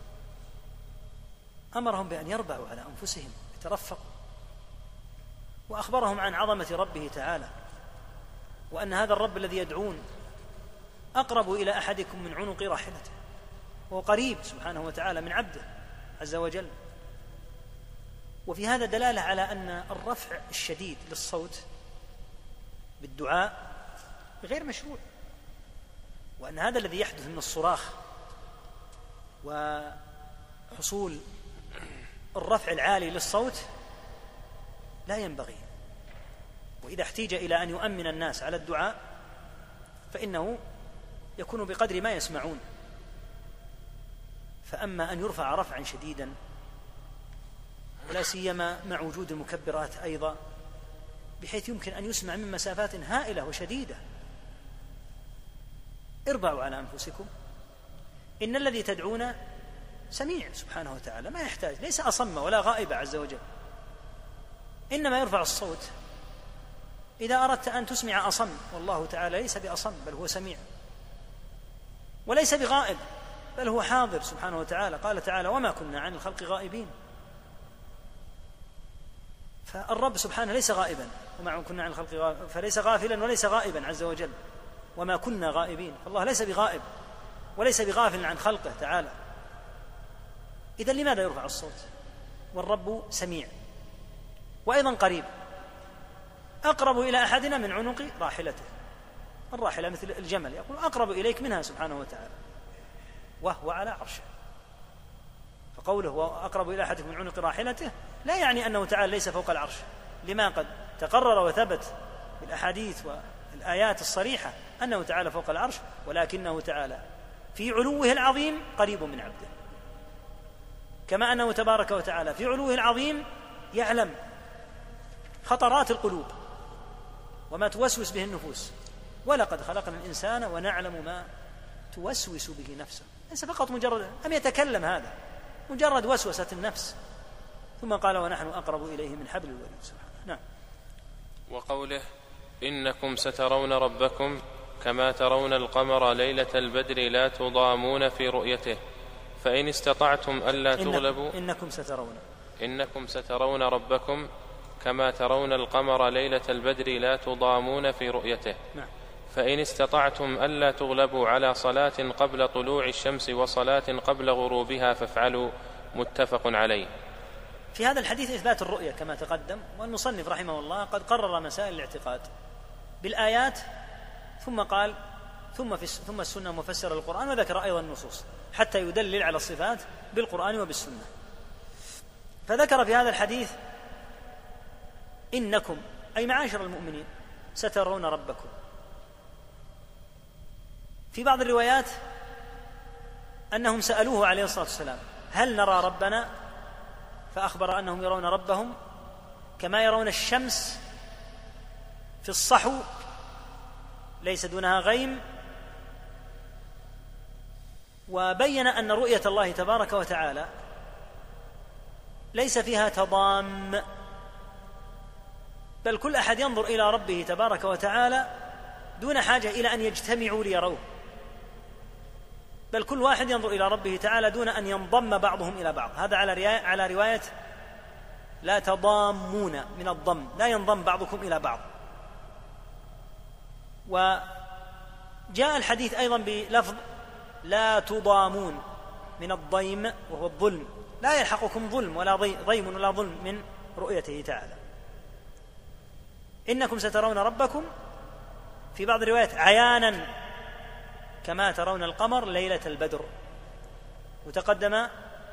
أمرهم بأن يربعوا على أنفسهم يترفقوا، وأخبرهم عن عظمة ربه تعالى وأن هذا الرب الذي يدعون أقرب إلى أحدكم من عنق راحلته، وهو قريب سبحانه وتعالى من عبده عز وجل. وفي هذا دلالة على أن الرفع الشديد للصوت بالدعاء غير مشروع، وأن هذا الذي يحدث من الصراخ وحصول الرفع العالي للصوت لا ينبغي. وإذا احتيج إلى أن يؤمن الناس على الدعاء فإنه يكون بقدر ما يسمعون. فأما أن يرفع رفعا شديدا ولا سيما مع وجود المكبرات أيضا بحيث يمكن أن يسمع من مسافات هائلة وشديدة، اربعوا على أنفسكم إن الذي تدعون سميع سبحانه وتعالى، ما يحتاج، ليس أصم ولا غائب عز وجل، إنما يرفع الصوت إذا أردت أن تسمع أصم، والله تعالى ليس بأصم بل هو سميع، وليس بغائب بل هو حاضر سبحانه وتعالى. قال تعالى وما كنا عن الخلق غائبين. فالرب سبحانه ليس غائبا، وما كنا عن الخلق غائبين، فليس غافلا وليس غائبا عز وجل، وما كنا غائبين، فالله ليس بغائب وليس بغافل عن خلقه تعالى. إذن لماذا يرفع الصوت والرب سميع وأيضا قريب، أقرب إلى أحدنا من عنق راحلته. الراحلة مثل الجمل، يقول أقرب إليك منها سبحانه وتعالى وهو على عرشه. فقوله وأقرب إلى أحدكم من عنق راحلته لا يعني أنه تعالى ليس فوق العرش، لما قد تقرر وثبت في الأحاديث والآيات الصريحة أنه تعالى فوق العرش، ولكنه تعالى في علوه العظيم قريب من عبده، كما أنه تبارك وتعالى في علوه العظيم يعلم خطرات القلوب وما توسوس به النفوس. ولقد خلقنا الإنسان ونعلم ما توسوس به نفسه. ليس فقط مجرد أم يتكلم، هذا مجرد وسوسة النفس. ثم قال ونحن أقرب إليه من حبل الوريد سبحانه. نعم. وقوله إنكم سترون ربكم كما ترون القمر ليلة البدر لا تضامون في رؤيته فإن استطعتم ألا تغلبوا إنكم سترون ربكم كما ترون القمر ليلة البدر لا تضامون في رؤيته فإن استطعتم ألا تغلبوا على صلاة قبل طلوع الشمس وصلاة قبل غروبها فافعلوا متفق عليه. في هذا الحديث إثبات الرؤية كما تقدم، والمصنف رحمه الله قد قرر مسائل الاعتقاد بالآيات، ثم قال ثم السنة مفسرة للقرآن، وذكر أيضا النصوص حتى يدلل على الصفات بالقرآن وبالسنة. فذكر في هذا الحديث إنكم أي معاشر المؤمنين سترون ربكم. في بعض الروايات أنهم سألوه عليه الصلاة والسلام هل نرى ربنا، فأخبر أنهم يرون ربهم كما يرون الشمس في الصحو ليس دونها غيم، وبين أن رؤية الله تبارك وتعالى ليس فيها تضام، بل كل أحد ينظر إلى ربه تبارك وتعالى دون حاجة إلى أن يجتمعوا ليروه، بل كل واحد ينظر إلى ربه تعالى دون أن ينضم بعضهم إلى بعض. هذا على رواية لا تضامون من الضم، لا ينضم بعضكم إلى بعض. وجاء الحديث أيضا بلفظ لا تضامون من الضيم وهو الظلم، لا يلحقكم ظلم ولا ضيم ولا ظلم من رؤيته تعالى. إنكم سترون ربكم في بعض الروايات عيانا كما ترون القمر ليلة البدر، وتقدم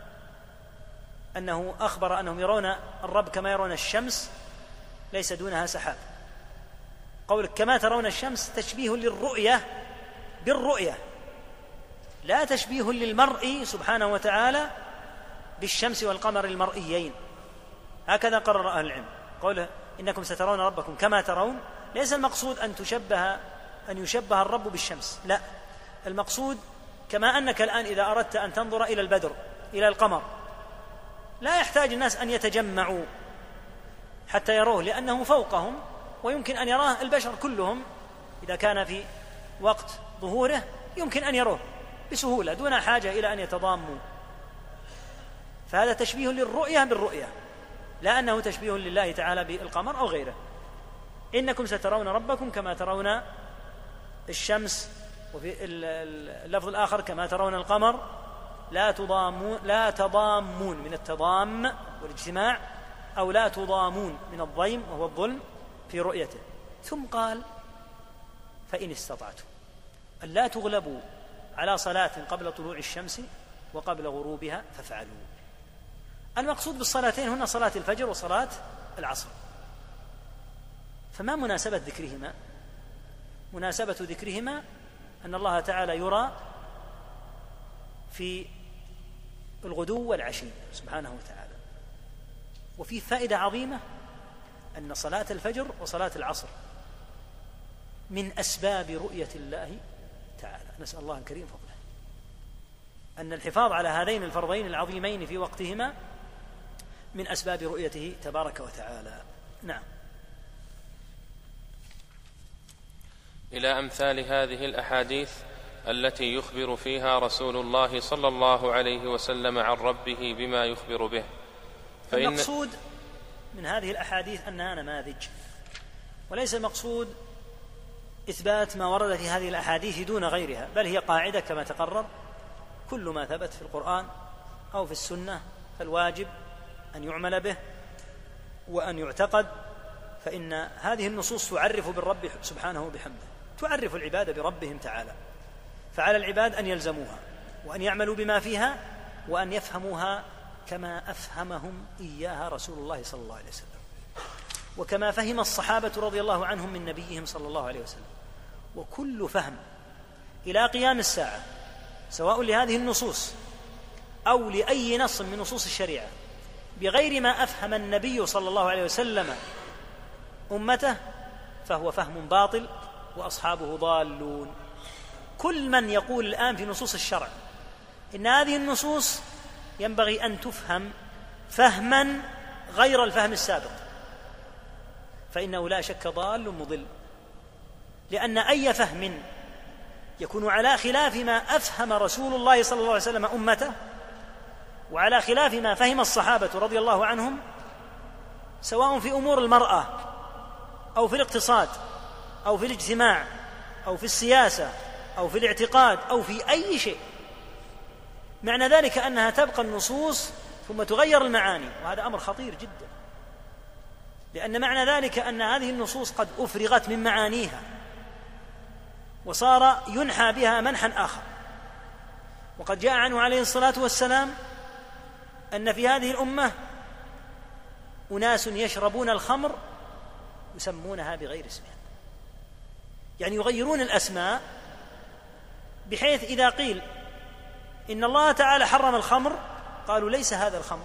أنه أخبر أنهم يرون الرب كما يرون الشمس ليس دونها سحاب. قولك كما ترون الشمس تشبيه للرؤية بالرؤية، لا تشبيه للمرء سبحانه وتعالى بالشمس والقمر المرئيين، هكذا قرر أهل العلم. قوله إنكم سترون ربكم كما ترون ليس المقصود أن يشبه الرب بالشمس، لا، المقصود كما أنك الآن إذا أردت أن تنظر إلى البدر إلى القمر لا يحتاج الناس أن يتجمعوا حتى يروه لأنه فوقهم ويمكن أن يراه البشر كلهم، إذا كان في وقت ظهوره يمكن أن يروه بسهولة دون حاجة إلى أن يتضاموا. فهذا تشبيه للرؤية بالرؤية، لا أنه تشبيه لله تعالى بالقمر أو غيره. إنكم سترون ربكم كما ترون الشمس، وفي اللفظ الآخر كما ترون القمر لا تضامون من التضام والاجتماع، أو لا تضامون من الضيم وهو الظلم في رؤيته. ثم قال فإن استطعتم ألا تغلبوا على صلاة قبل طلوع الشمس وقبل غروبها فافعلوا. المقصود بالصلاتين هنا صلاة الفجر وصلاة العصر. فما مناسبة ذكرهما؟ مناسبة ذكرهما أن الله تعالى يرى في الغدو والعشي سبحانه وتعالى. وفي فائدة عظيمة أن صلاة الفجر وصلاة العصر من أسباب رؤية الله تعالى، نسأل الله الكريم فضله، أن الحفاظ على هذين الفرضين العظيمين في وقتهما من أسباب رؤيته تبارك وتعالى. نعم. إلى أمثال هذه الأحاديث التي يخبر فيها رسول الله صلى الله عليه وسلم عن ربه بما يخبر به. المقصود من هذه الأحاديث أنها نماذج، وليس المقصود إثبات ما ورد في هذه الأحاديث دون غيرها، بل هي قاعدة كما تقرر: كل ما ثبت في القرآن أو في السنة فالواجب أن يعمل به وأن يعتقد، فإن هذه النصوص تعرف بالرب سبحانه وبحمده، تعرف العباد بربهم تعالى، فعلى العباد أن يلزموها وأن يعملوا بما فيها وأن يفهموها كما أفهمهم إياها رسول الله صلى الله عليه وسلم، وكما فهم الصحابة رضي الله عنهم من نبيهم صلى الله عليه وسلم. وكل فهم إلى قيام الساعة سواء لهذه النصوص أو لأي نص من نصوص الشريعة بغير ما أفهم النبي صلى الله عليه وسلم أمته فهو فهم باطل وأصحابه ضالون. كل من يقول الآن في نصوص الشرع إن هذه النصوص ينبغي أن تفهم فهما غير الفهم السابق فإنه لا شك ضال مضل، لأن أي فهم يكون على خلاف ما أفهم رسول الله صلى الله عليه وسلم أمته وعلى خلاف ما فهم الصحابة رضي الله عنهم، سواء في أمور المرأة أو في الاقتصاد أو في الاجتماع أو في السياسة أو في الاعتقاد أو في أي شيء، معنى ذلك أنها تبقى النصوص ثم تغير المعاني، وهذا أمر خطير جدا، لأن معنى ذلك أن هذه النصوص قد أفرغت من معانيها وصار ينحى بها منحا آخر. وقد جاء عنه عليه الصلاة والسلام أن في هذه الأمة أناس يشربون الخمر يسمونها بغير اسمها، يعني يغيرون الأسماء، بحيث إذا قيل إن الله تعالى حرم الخمر قالوا ليس هذا الخمر،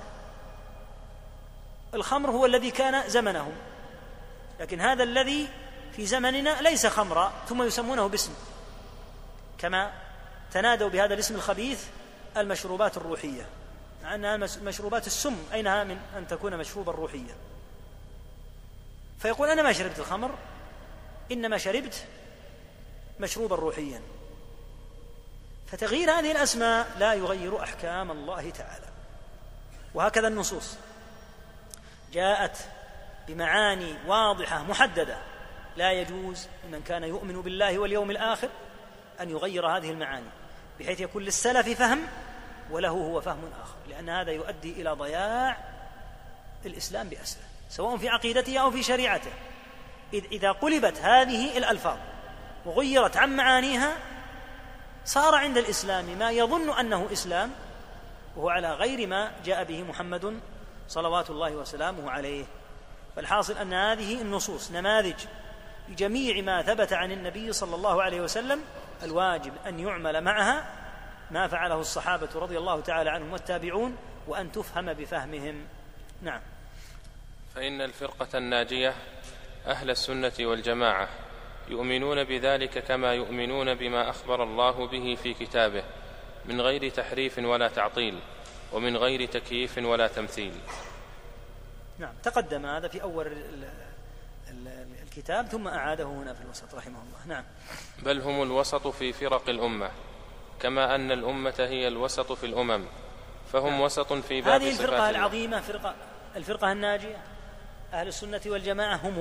الخمر هو الذي كان زمنهم، لكن هذا الذي في زمننا ليس خمرا، ثم يسمونه باسم، كما تنادوا بهذا الاسم الخبيث المشروبات الروحية، مع أنها مشروبات السم، أينها من أن تكون مشروبا روحيا. فيقول أنا ما شربت الخمر، إنما شربت مشروبا روحيا. فتغيير هذه الأسماء لا يغير أحكام الله تعالى. وهكذا النصوص جاءت بمعاني واضحة محددة، لا يجوز لمن كان يؤمن بالله واليوم الآخر أن يغير هذه المعاني بحيث يكون للسلف فهم وله هو فهم آخر، لأن هذا يؤدي إلى ضياع الإسلام بأسره سواء في عقيدته أو في شريعته. إذا قلبت هذه الألفاظ وغيرت عن معانيها صار عند الإسلام ما يظن أنه إسلام وهو على غير ما جاء به محمد صلوات الله وسلامه عليه. فالحاصل أن هذه النصوص نماذج لجميع ما ثبت عن النبي صلى الله عليه وسلم، الواجب أن يعمل معها ما فعله الصحابة رضي الله تعالى عنهم والتابعون، وأن تفهم بفهمهم. نعم. فإن الفرقة الناجية أهل السنة والجماعة يؤمنون بذلك كما يؤمنون بما أخبر الله به في كتابه من غير تحريف ولا تعطيل، ومن غير تكييف ولا تمثيل. نعم، تقدم هذا في أول الكتاب ثم أعاده هنا في الوسط رحمه الله. نعم. بل هم الوسط في فرق الأمة، كما أن الأمة هي الوسط في الأمم، فهم وسط في باب هذه الفرقة العظيمة، الفرقة الناجية أهل السنة والجماعة هم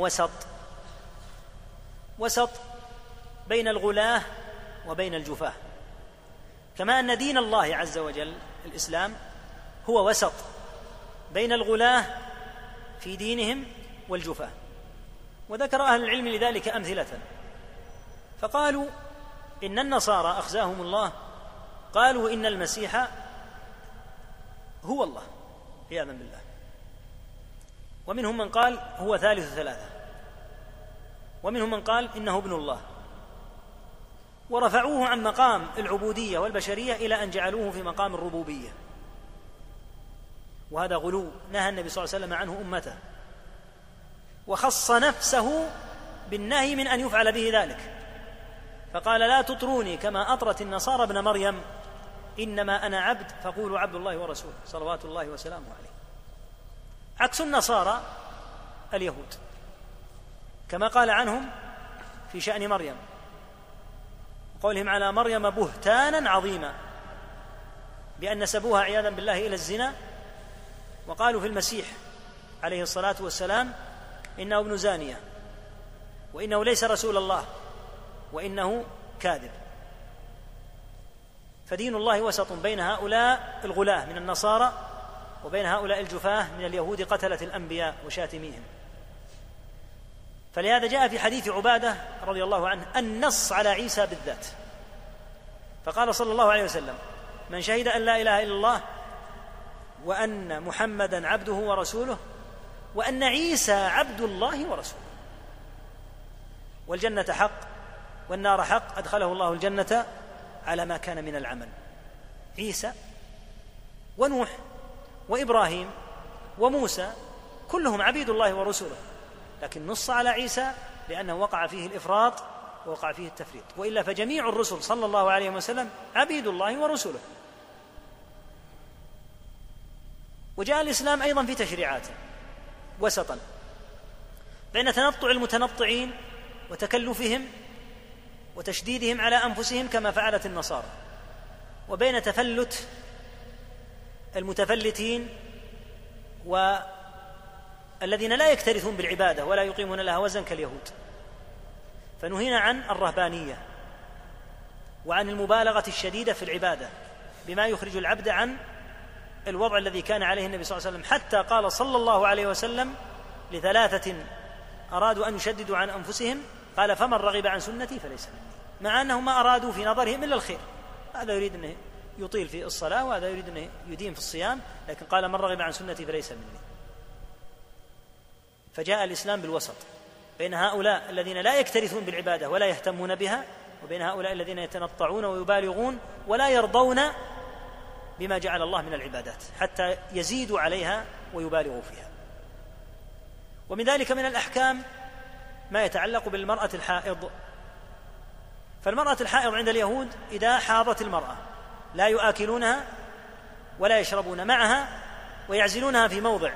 وسط بين الغلاة وبين الجفاة، كما أن دين الله عز وجل الإسلام هو وسط بين الغلاة في دينهم والجفاة. وذكر أهل العلم لذلك أمثلة، فقالوا إن النصارى أخزاهم الله قالوا إن المسيح هو الله عياذا بالله، ومنهم من قال هو ثالث ثلاثة، ومنهم من قال إنه ابن الله، ورفعوه عن مقام العبودية والبشرية إلى أن جعلوه في مقام الربوبية، وهذا غلو نهى النبي صلى الله عليه وسلم عنه أمته، وخص نفسه بالنهي من أن يفعل به ذلك، فقال لا تطروني كما أطرت النصارى ابن مريم، إنما أنا عبد فقولوا عبد الله ورسوله صلوات الله وسلامه عليه. عكس النصارى اليهود، كما قال عنهم في شأن مريم قولهم على مريم بهتانا عظيما، بأن نسبوها عياذا بالله إلى الزنا، وقالوا في المسيح عليه الصلاة والسلام إنه ابن زانية، وإنه ليس رسول الله، وإنه كاذب. فدين الله وسط بين هؤلاء الغلاة من النصارى وبين هؤلاء الجفاة من اليهود قتلة الأنبياء وشاتميهم. فلهذا جاء في حديث عبادة رضي الله عنه النص على عيسى بالذات، فقال صلى الله عليه وسلم من شهد أن لا إله إلا الله وأن محمدا عبده ورسوله وأن عيسى عبد الله ورسوله، والجنة حق والنار حق، أدخله الله الجنة على ما كان من العمل. عيسى ونوح وإبراهيم وموسى كلهم عبيد الله ورسوله، لكن نص على عيسى لأنه وقع فيه الإفراط ووقع فيه التفريط، وإلا فجميع الرسل صلى الله عليه وسلم عبيد الله ورسوله. وجاء الإسلام أيضا في تشريعاته وسطا بين تنطع المتنطعين وتكلفهم وتشديدهم على أنفسهم كما فعلت النصارى، وبين تفلت المتفلتين والذين لا يكترثون بالعبادة ولا يقيمون لها وزن كاليهود. فنهينا عن الرهبانية وعن المبالغة الشديدة في العبادة بما يخرج العبد عن الوضع الذي كان عليه النبي صلى الله عليه وسلم، حتى قال صلى الله عليه وسلم لثلاثة أرادوا أن يشددوا عن أنفسهم قال فمن رغب عن سنتي فليس مني، مع أنهم ما أرادوا في نظرهم إلا الخير، هذا يريد أن يطيل في الصلاة وهذا يريد أن يدين في الصيام، لكن قال من رغب عن سنتي فليس مني. فجاء الإسلام بالوسط بين هؤلاء الذين لا يكترثون بالعبادة ولا يهتمون بها، وبين هؤلاء الذين يتنطعون ويبالغون ولا يرضون بما جعل الله من العبادات حتى يزيدوا عليها ويبالغوا فيها. ومن ذلك من الأحكام ما يتعلق بالمرأة الحائض. فالمرأة الحائض عند اليهود إذا حاضت المرأة لا يؤكلونها ولا يشربون معها ويعزلونها في موضع،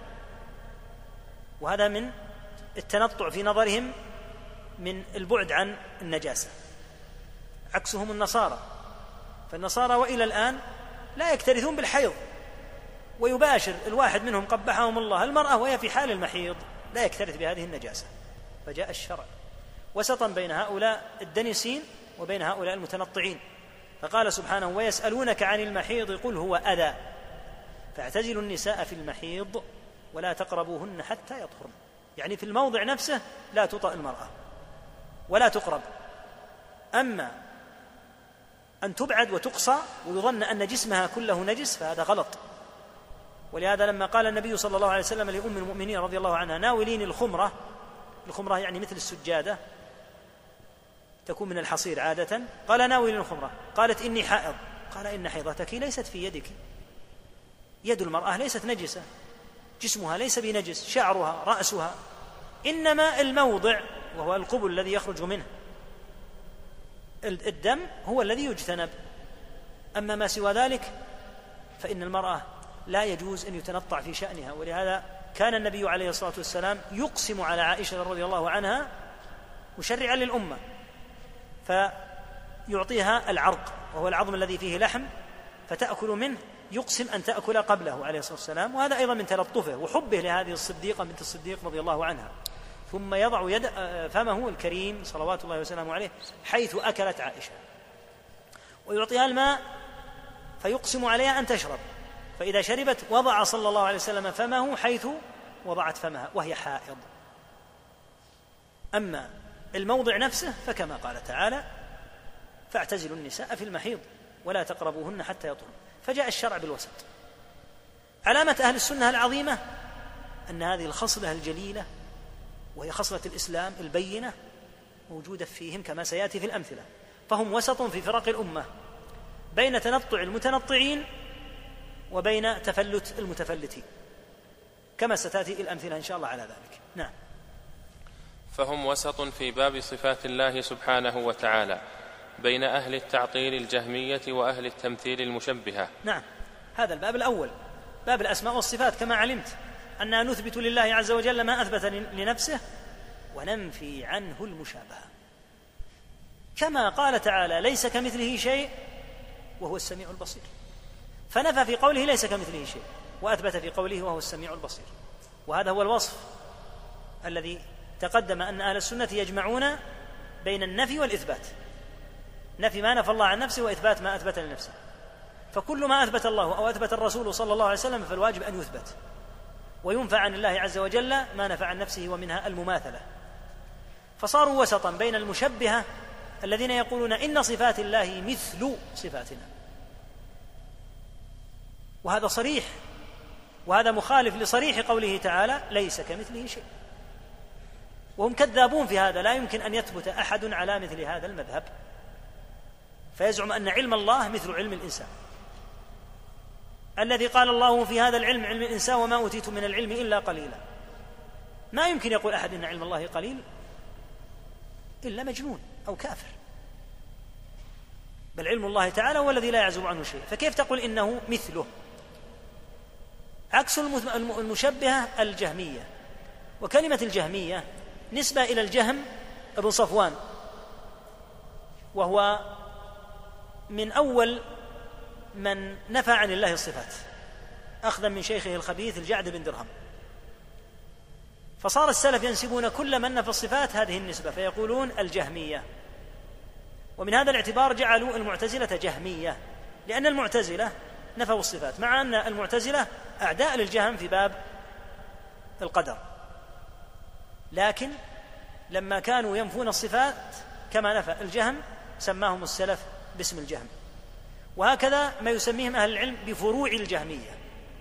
وهذا من التنطع في نظرهم من البعد عن النجاسة، عكسهم النصارى. فالنصارى وإلى الآن لا يكترثون بالحيض، ويباشر الواحد منهم قبحهم الله المرأة وهي في حال المحيض لا يكترث بهذه النجاسة. فجاء الشرع وسطا بين هؤلاء الدنسين وبين هؤلاء المتنطعين، فقال سبحانه ويسألونك عن المحيض قل هو أذى فاعتزلوا النساء في المحيض ولا تقربوهن حتى يطهرن، يعني في الموضع نفسه لا تطأ المرأة ولا تقرب. أما أن تبعد وتقصى ويظن أن جسمها كله نجس فهذا غلط. ولهذا لما قال النبي صلى الله عليه وسلم لأم المؤمنين رضي الله عنها ناوليني الخمرة يعني مثل السجادة تكون من الحصير عادة، قال ناوليني الخمرة، قالت إني حائض، قال إن حيضتك ليست في يدك، يد المرأة ليست نجسة، جسمها ليس بنجس، شعرها، رأسها، إنما الموضع وهو القبل الذي يخرج منه الدم هو الذي يجتنب. أما ما سوى ذلك فإن المرأة لا يجوز أن يتنطع في شأنها. ولهذا كان النبي عليه الصلاة والسلام يقسم على عائشة رضي الله عنها مشرعا للأمة، فيعطيها العرق وهو العظم الذي فيه لحم فتأكل منه، يقسم أن تأكل قبله عليه الصلاة والسلام. وهذا أيضا من تلطفه وحبه لهذه الصديقة بنت الصديق رضي الله عنها. ثم يضع فمه الكريم صلوات الله وسلامه عليه حيث أكلت عائشة، ويعطيها الماء فيقسم عليها أن تشرب، فإذا شربت وضع صلى الله عليه وسلم فمه حيث وضعت فمها وهي حائض. أما الموضع نفسه فكما قال تعالى: فاعتزلوا النساء في المحيض ولا تقربوهن حتى يطهرن. فجاء الشرع بالوسط. علامة أهل السنة العظيمة أن هذه الخصلة الجليلة وهي خصلة الإسلام البينة موجودة فيهم كما سيأتي في الأمثلة، فهم وسط في فرق الأمة بين تنطع المتنطعين وبين تفلت المتفلتين، كما ستأتي الأمثلة إن شاء الله على ذلك. نعم. فهم وسط في باب صفات الله سبحانه وتعالى بين أهل التعطيل الجهمية وأهل التمثيل المشبهة. نعم، هذا الباب الأول، باب الأسماء والصفات. كما علمت أننا نثبت لله عز وجل ما أثبت لنفسه وننفي عنه المشابهة، كما قال تعالى: ليس كمثله شيء وهو السميع البصير، فنفى في قوله ليس كمثله شيء وأثبت في قوله وهو السميع البصير. وهذا هو الوصف الذي تقدم أن أهل السنة يجمعون بين النفي والإثبات، نفي ما نفى الله عن نفسه وإثبات ما أثبت لنفسه. فكل ما أثبت الله أو أثبت الرسول صلى الله عليه وسلم فالواجب أن يثبت، وينفع عن الله عز وجل ما نفى عن نفسه ومنها المماثلة. فصاروا وسطا بين المشبهة الذين يقولون إن صفات الله مثل صفاتنا، وهذا صريح، وهذا مخالف لصريح قوله تعالى: ليس كمثله شيء، وهم كذابون في هذا. لا يمكن أن يثبت أحد على مثل هذا المذهب، فيزعم أن علم الله مثل علم الإنسان، الذي قال الله في هذا العلم علم الإنسان وما أوتيت من العلم إلا قليلا. ما يمكن يقول أحد إن علم الله قليل إلا مجنون أو كافر، بل علم الله تعالى هو الذي لا يعزب عنه شيء، فكيف تقول إنه مثله؟ عكس المشبهة الجهمية. وكلمة الجهمية نسبة إلى الجهم ابن صفوان، وهو من أول من نفى عن الله الصفات أخذا من شيخه الخبيث الجعد بن درهم. فصار السلف ينسبون كل من نفى الصفات هذه النسبة فيقولون الجهمية. ومن هذا الاعتبار جعلوا المعتزلة جهمية، لأن المعتزلة نفوا الصفات، مع أن المعتزلة أعداء للجهم في باب القدر، لكن لما كانوا ينفون الصفات كما نفى الجهم سماهم السلف باسم الجهم. وهكذا ما يسميهم أهل العلم بفروع الجهمية،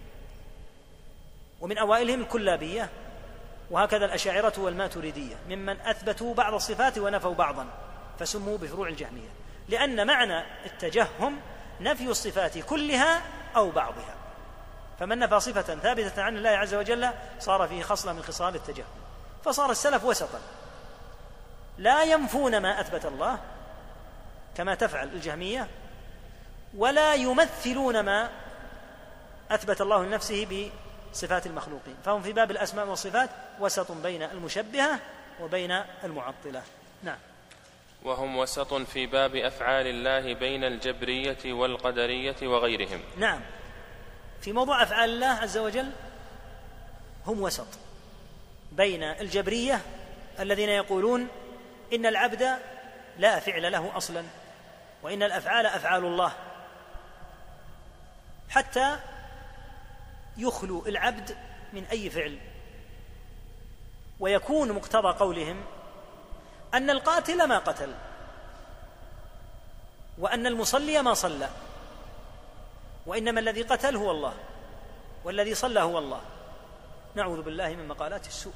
ومن أوائلهم الكلابية، وهكذا الأشاعرة والماتريدية ممن أثبتوا بعض الصفات ونفوا بعضا فسموا بفروع الجهمية، لأن معنى التجهم نفي الصفات كلها أو بعضها، فمن نفى صفة ثابتة عن الله عز وجل صار فيه خصلة من خصال التجهم. فصار السلف وسطا، لا ينفون ما أثبت الله كما تفعل الجهمية، ولا يمثلون ما أثبت الله لنفسه بصفات المخلوقين، فهم في باب الأسماء والصفات وسط بين المشبهة وبين المعطلة. نعم. وهم وسط في باب أفعال الله بين الجبرية والقدرية وغيرهم. نعم، في موضوع أفعال الله عز وجل هم وسط بين الجبرية الذين يقولون إن العبد لا فعل له أصلا، وإن الأفعال أفعال الله، حتى يخلو العبد من أي فعل، ويكون مقتضى قولهم أن القاتل ما قتل، وأن المصلي ما صلى، وإنما الذي قتل هو الله، والذي صلى هو الله. نعوذ بالله من مقالات السوء.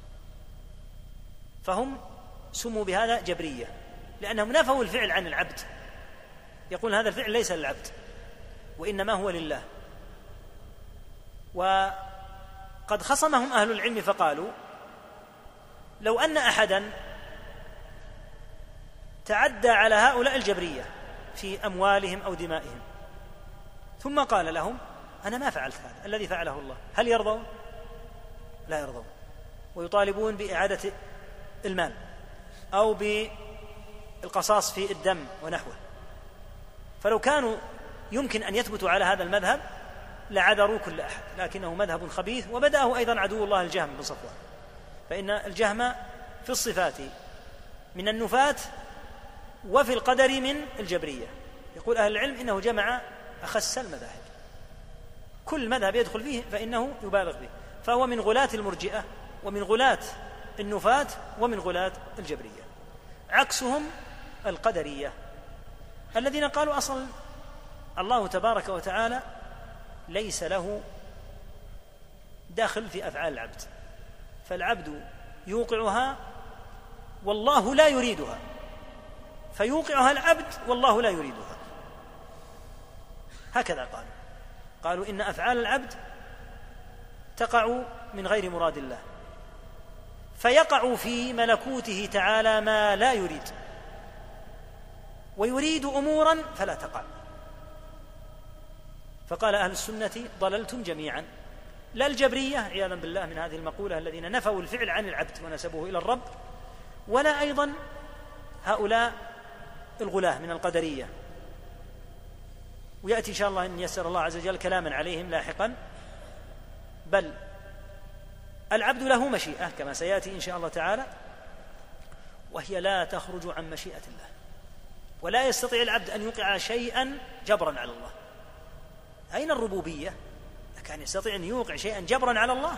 فهم سموا بهذا جبرية، لأنهم نفوا الفعل عن العبد، يقول هذا الفعل ليس للعبد وإنما هو لله. وقال قد خصمهم أهل العلم فقالوا: لو أن أحدا تعدى على هؤلاء الجبرية في أموالهم أو دمائهم ثم قال لهم: أنا ما فعلت هذا الذي فعله الله، هل يرضون؟ لا يرضون، ويطالبون بإعادة المال أو بالقصاص في الدم ونحوه. فلو كانوا يمكن أن يثبتوا على هذا المذهب لعذروا كل أحد، لكنه مذهب خبيث، وبدأه أيضا عدو الله الجهم بن صفوان، فإن الجهم في الصفات من النفاة وفي القدر من الجبرية. يقول أهل العلم إنه جمع أخس المذاهب، كل مذهب يدخل فيه فإنه يبالغ به، فهو من غلاة المرجئة ومن غلاة النفاة ومن غلاة الجبرية. عكسهم القدرية الذين قالوا: أصلا الله تبارك وتعالى ليس له دخل في أفعال العبد، فالعبد يوقعها والله لا يريدها، فيوقعها العبد والله لا يريدها. هكذا قالوا إن أفعال العبد تقع من غير مراد الله، فيقع في ملكوته تعالى ما لا يريد، ويريد أمورا فلا تقع. فقال أهل السنة: ضللتم جميعا، لا الجبرية عياذا بالله من هذه المقولة الذين نفوا الفعل عن العبد ونسبوه إلى الرب، ولا أيضا هؤلاء الغلاة من القدرية، ويأتي إن شاء الله إن يسر الله عز وجل كلاما عليهم لاحقا. بل العبد له مشيئة كما سيأتي إن شاء الله تعالى، وهي لا تخرج عن مشيئة الله، ولا يستطيع العبد أن يوقع شيئا جبرا على الله. أين الربوبية؟ كان يستطيع أن يوقع شيئا جبرا على الله،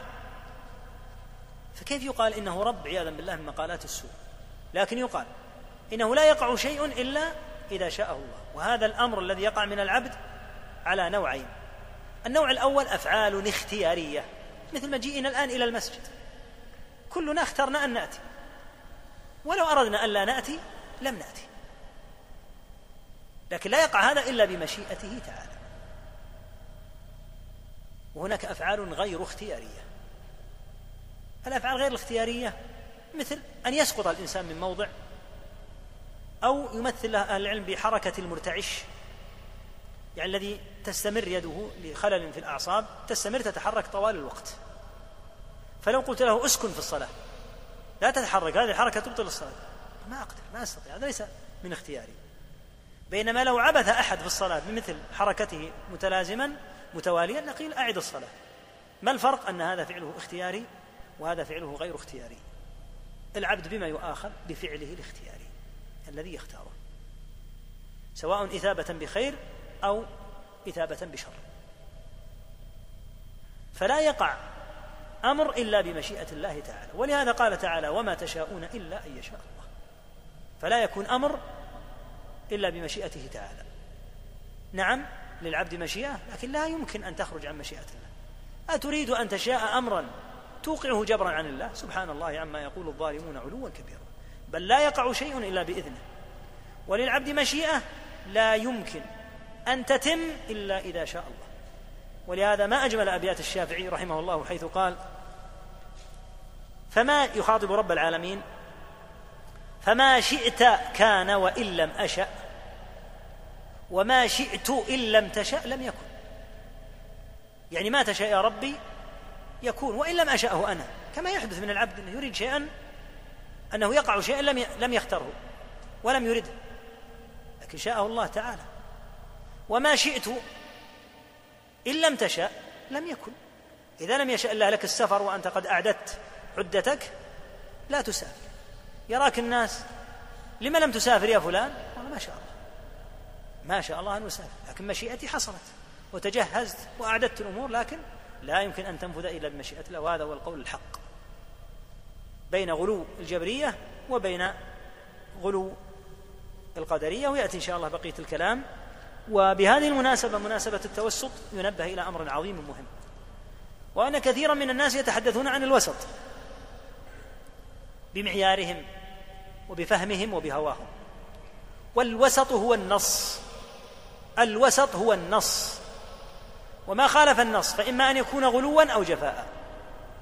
فكيف يقال إنه رب عياذا بالله من مقالات السوء؟ لكن يقال إنه لا يقع شيء إلا إذا شاءه الله. وهذا الأمر الذي يقع من العبد على نوعين: النوع الأول أفعال اختيارية، مثل مجيئنا الآن إلى المسجد، كلنا اخترنا أن نأتي، ولو أردنا أن لا نأتي لم نأتي، لكن لا يقع هذا إلا بمشيئته تعالى. وهناك أفعال غير اختيارية. الأفعال غير الاختيارية مثل أن يسقط الإنسان من موضع، أو يمثل أهل العلم بحركة المرتعش، يعني الذي تستمر يده لخلل في الأعصاب تستمر تتحرك طوال الوقت، فلو قلت له اسكن في الصلاة لا تتحرك، هذه الحركة تبطل الصلاة، ما أقدر، ما أستطيع، هذا ليس من اختياري. بينما لو عبث أحد في الصلاة بمثل حركته متلازما متواليا نقول أعد الصلاة. ما الفرق؟ أن هذا فعله اختياري وهذا فعله غير اختياري. العبد بما يؤاخذ؟ بفعله الاختياري الذي يختاره، سواء إثابة بخير أو إثابة بشر. فلا يقع أمر إلا بمشيئة الله تعالى، ولهذا قال تعالى: وما تشاءون إلا أن يشاء الله. فلا يكون أمر إلا بمشيئته تعالى. نعم للعبد مشيئة، لكن لا يمكن أن تخرج عن مشيئة الله. أتريد أن تشاء أمرا توقعه جبرا عن الله؟ سبحان الله عما يقول الظالمون علوا كبيرا. بل لا يقع شيء إلا بإذنه. وللعبد مشيئة لا يمكن أن تتم إلا إذا شاء الله. ولهذا ما أجمل أبيات الشافعي رحمه الله حيث قال: فما يخاطب رب العالمين: فما شئت كان وإن لم أشأ، وما شئت إن لم تشأ لم يكن. يعني ما تشاء يا ربي يكون، وإن لم أشأه أنا. كما يحدث من العبد أنه يريد شيئا، أنه يقع شيئا لم يختره ولم يرده، لكن شاءه الله تعالى. وما شئت إن لم تشأ لم يكن. إذا لم يشأ الله لك السفر وأنت قد أعددت عدتك لا تسافر. يراك الناس: لما لم تسافر يا فلان؟ والله ما شاء الله، ما شاء الله أن أسافر، لكن مشيئتي حصلت وتجهزت وأعددت الأمور، لكن لا يمكن أن تنفذ إلا بمشيئة الله. وهذا هو القول الحق بين غلو الجبرية وبين غلو القدرية، ويأتي إن شاء الله بقية الكلام. وبهذه المناسبة، مناسبة التوسط، ينبه إلى أمر عظيم مهم، وأن كثيرا من الناس يتحدثون عن الوسط بمعيارهم وبفهمهم وبهواهم، والوسط هو النص. الوسط هو النص، وما خالف النص فإما أن يكون غلوا أو جفاء.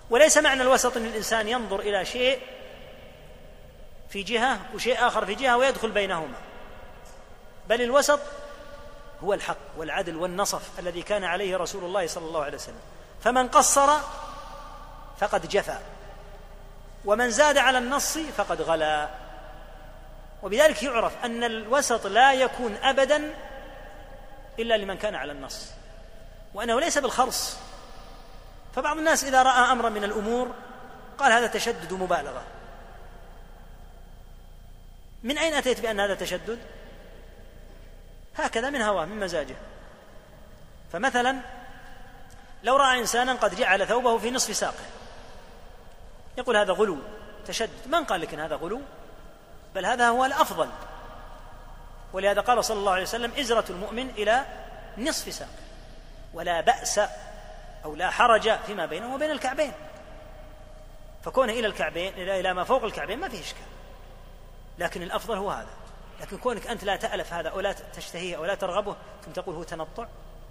وليس معنى الوسط أن الإنسان ينظر إلى شيء في جهة وشيء آخر في جهة ويدخل بينهما، بل الوسط هو الحق والعدل والنصف الذي كان عليه رسول الله صلى الله عليه وسلم، فمن قصر فقد جفا، ومن زاد على النص فقد غلا. وبذلك يعرف أن الوسط لا يكون أبدا إلا لمن كان على النص، وأنه ليس بالخرص. فبعض الناس إذا رأى أمرا من الأمور قال هذا تشدد مبالغة. من أين أتيت بأن هذا تشدد؟ هكذا من هواه من مزاجه. فمثلا لو رأى إنسانا قد جعل ثوبه في نصف ساقه يقول هذا غلو تشدد. من قال لك إن هذا غلو؟ بل هذا هو الأفضل. ولهذا قال صلى الله عليه وسلم إزرة المؤمن إلى نصف ساقه، ولا بأس أو لا حرج فيما بينه وبين الكعبين. فكونه إلى الكعبين إلى ما فوق الكعبين ما فيه إشكال، لكن الأفضل هو هذا. لكن كونك أنت لا تألف هذا أو لا تشتهيه أو لا ترغبه ثم تقول هو تنطع،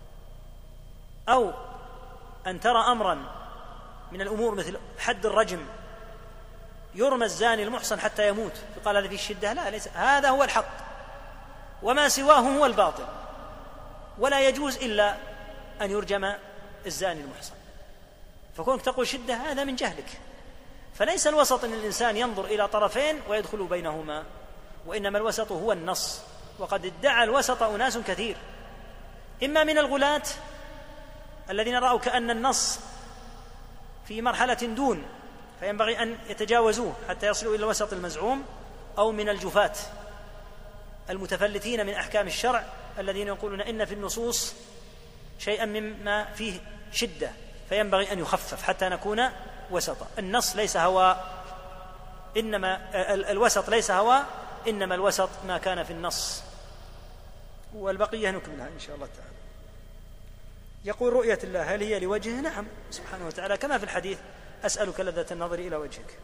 أو أن ترى أمرا من الأمور مثل حد الرجم يرمى الزاني المحصن حتى يموت فقال هذا فيه الشدة، لا، ليس هذا هو الحق، وما سواه هو الباطل، ولا يجوز إلا أن يرجم الزاني المحصن. فكونك تقول شدة هذا من جهلك. فليس الوسط أن الإنسان ينظر إلى طرفين ويدخل بينهما، وإنما الوسط هو النص. وقد ادعى الوسط أناس كثير، إما من الغلاة الذين رأوا كأن النص في مرحلة دون فينبغي أن يتجاوزوه حتى يصلوا إلى الوسط المزعوم، أو من الجفاة المتفلتين من أحكام الشرع الذين يقولون إن في النصوص شيئا مما فيه شدة فينبغي أن يخفف حتى نكون وسطا. النص ليس هواء، إنما الوسط ليس هواء، إنما الوسط ما كان في النص. والبقية نكملها إن شاء الله تعالى. يقول رؤية الله هل هي لوجهه؟ نعم سبحانه وتعالى، كما في الحديث أسألك لذة النظر إلى وجهك.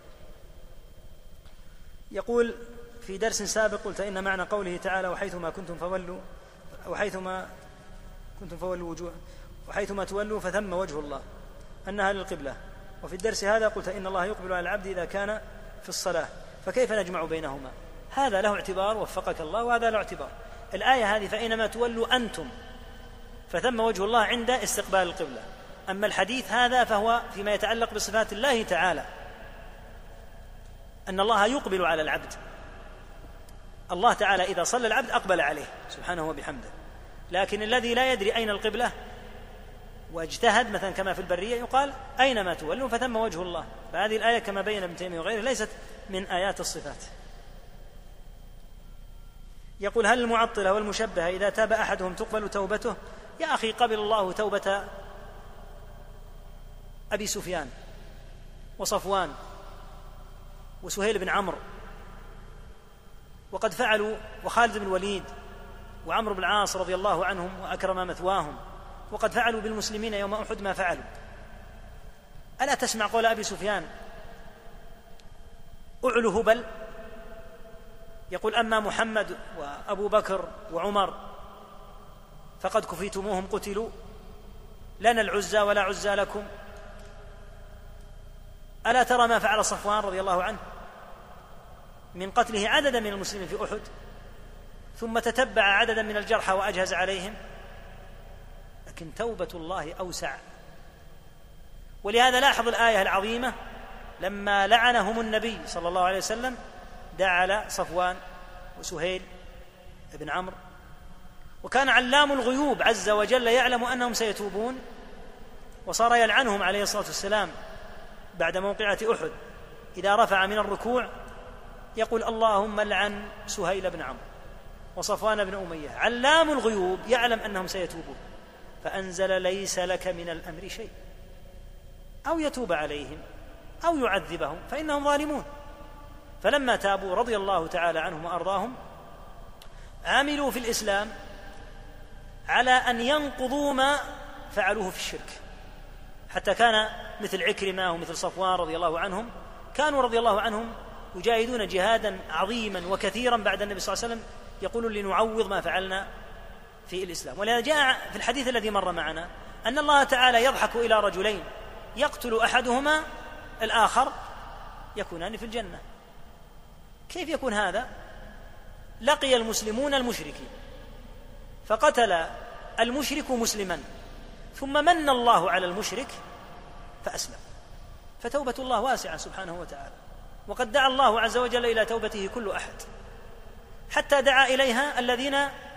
يقول في درس سابق قلت إن معنى قوله تعالى وحيثما كنتم فولوا وجوه وحيثما تولوا فثم وجه الله أنها للقبلة. وفي الدرس هذا قلت إن الله يقبل على العبد إذا كان في الصلاة، فكيف نجمع بينهما؟ هذا له اعتبار وفقك الله، وهذا له اعتبار. الآية هذه فإنما تولوا أنتم فثم وجه الله عند استقبال القبلة. أما الحديث هذا فهو فيما يتعلق بصفات الله تعالى، أن الله يقبل على العبد. الله تعالى إذا صلى العبد أقبل عليه سبحانه وبحمده، لكن الذي لا يدري أين القبلة واجتهد مثلا كما في البرية يقال أينما تولوا فثم وجه الله. فهذه الآية كما بين ابن تيمية وغيره ليست من آيات الصفات. يقول هل المعطلة والمشبهة إذا تاب أحدهم تقبل توبته؟ يا أخي قبل الله توبة أبي سفيان وصفوان وسهيل بن عمرو، وقد فعلوا، وخالد بن الوليد وعمرو بن العاص رضي الله عنهم وأكرم مثواهم، وقد فعلوا بالمسلمين يوم أحد ما فعلوا. ألا تسمع قول أبي سفيان أعلو هبل؟ يقول أما محمد وأبو بكر وعمر فقد كفيتموهم قتلوا، لنا العزى ولا عزى لكم. ألا ترى ما فعل صفوان رضي الله عنه من قتله عددا من المسلمين في أحد، ثم تتبع عددا من الجرحى وأجهز عليهم؟ لكن توبة الله أوسع. ولهذا لاحظ الآية العظيمة لما لعنهم النبي صلى الله عليه وسلم دعا على صفوان وسهيل بن عمرو، وكان علام الغيوب عز وجل يعلم أنهم سيتوبون، وصار يلعنهم عليه الصلاة والسلام بعد موقعة أحد إذا رفع من الركوع يقول اللهم لعن سهيل بن عمرو وصفوان بن أمية. علام الغيوب يعلم أنهم سيتوبون، فأنزل ليس لك من الأمر شيء، أو يتوب عليهم أو يعذبهم فإنهم ظالمون. فلما تابوا رضي الله تعالى عنهم وأرضاهم عملوا في الإسلام على أن ينقضوا ما فعلوه في الشرك، حتى كان مثل عكرمة ومثل صفوان رضي الله عنهم كانوا رضي الله عنهم يجاهدون جهادا عظيما وكثيرا بعد النبي صلى الله عليه وسلم، يقولون لنعوض ما فعلنا في الإسلام. ولهذا جاء في الحديث الذي مر معنا أن الله تعالى يضحك إلى رجلين يقتل أحدهما الآخر يكونان في الجنة. كيف يكون هذا؟ لقي المسلمون المشركين فقتل المشرك مسلما، ثم من الله على المشرك فأسلم، فتوبة الله واسعة سبحانه وتعالى، وقد دعا الله عز وجل إلى توبته كل أحد، حتى دعا إليها الذين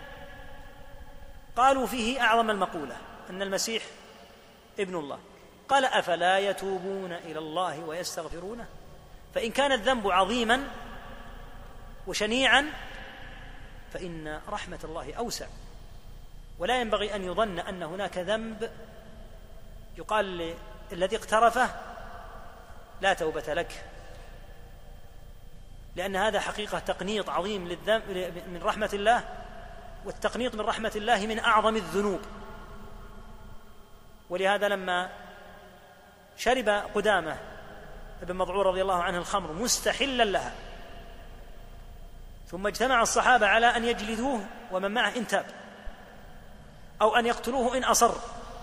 قالوا فيه أعظم المقولة أن المسيح ابن الله، قال أفلا يتوبون إلى الله ويستغفرونه؟ فإن كان الذنب عظيما وشنيعا فإن رحمة الله أوسع، ولا ينبغي أن يظن أن هناك ذنب يقال الذي اقترفه لا توبة لك، لأن هذا حقيقة تقنيط عظيم للذنب من رحمة الله، والتقنيط من رحمة الله من أعظم الذنوب. ولهذا لما شرب قدامة ابن مضعور رضي الله عنه الخمر مستحلا لها، ثم اجتمع الصحابة على أن يجلدوه ومن معه إن تاب، أو أن يقتلوه إن أصر،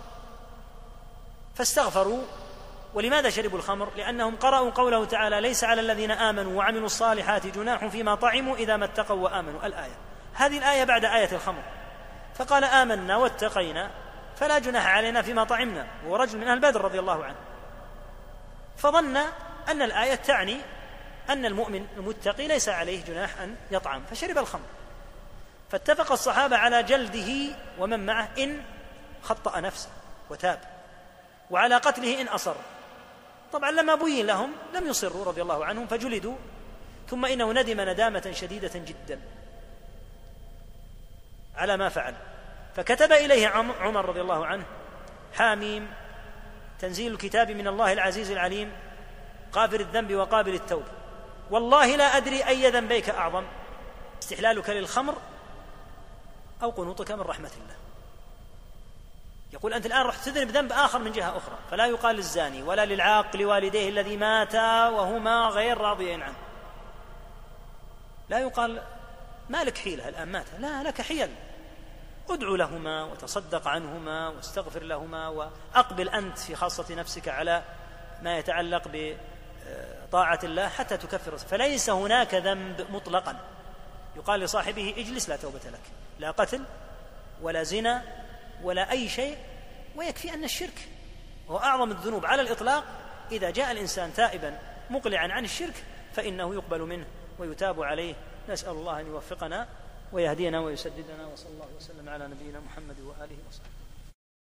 فاستغفروا. ولماذا شربوا الخمر؟ لأنهم قرأوا قوله تعالى ليس على الذين آمنوا وعملوا الصالحات جناح فيما طعموا إذا ما اتقوا وآمنوا، الآية، هذه الآية بعد آية الخمر، فقال آمنا واتقينا فلا جناح علينا فيما طعمنا، وهو رجل من أهل بدر رضي الله عنه، فظن أن الآية تعني أن المؤمن المتقي ليس عليه جناح أن يطعم، فشرب الخمر. فاتفق الصحابة على جلده ومن معه إن خطأ نفسه وتاب، وعلى قتله إن أصر. طبعا لما بين لهم لم يصروا رضي الله عنهم فجلدوا، ثم إنه ندم ندامة شديدة جدا على ما فعل، فكتب إليه عمر رضي الله عنه: حاميم، تنزيل الكتاب من الله العزيز العليم، غافر الذنب وقابل التوب، والله لا أدري أي ذنبيك أعظم، استحلالك للخمر أو قنوطك من رحمة الله. يقول أنت الآن رحت تذنب ذنب آخر من جهة أخرى، فلا يقال للزاني ولا للعاق لوالديه الذي ماتا وهما غير راضيين عنه، لا يقال ما لك حيلة الآن مات، لا، لك حيل، ادعو لهما وتصدق عنهما واستغفر لهما، وأقبل أنت في خاصة نفسك على ما يتعلق بطاعة الله حتى تكفر. فليس هناك ذنب مطلقا يقال لصاحبه اجلس لا توبة لك، لا قتل ولا زنا ولا أي شيء، ويكفي أن الشرك هو أعظم الذنوب على الإطلاق، إذا جاء الإنسان تائبا مقلعا عن الشرك فإنه يقبل منه ويتاب عليه. نسأل الله أن يوفقنا ويهدينا ويسددنا، وصلى الله وسلم على نبينا محمد وآله وصحبه.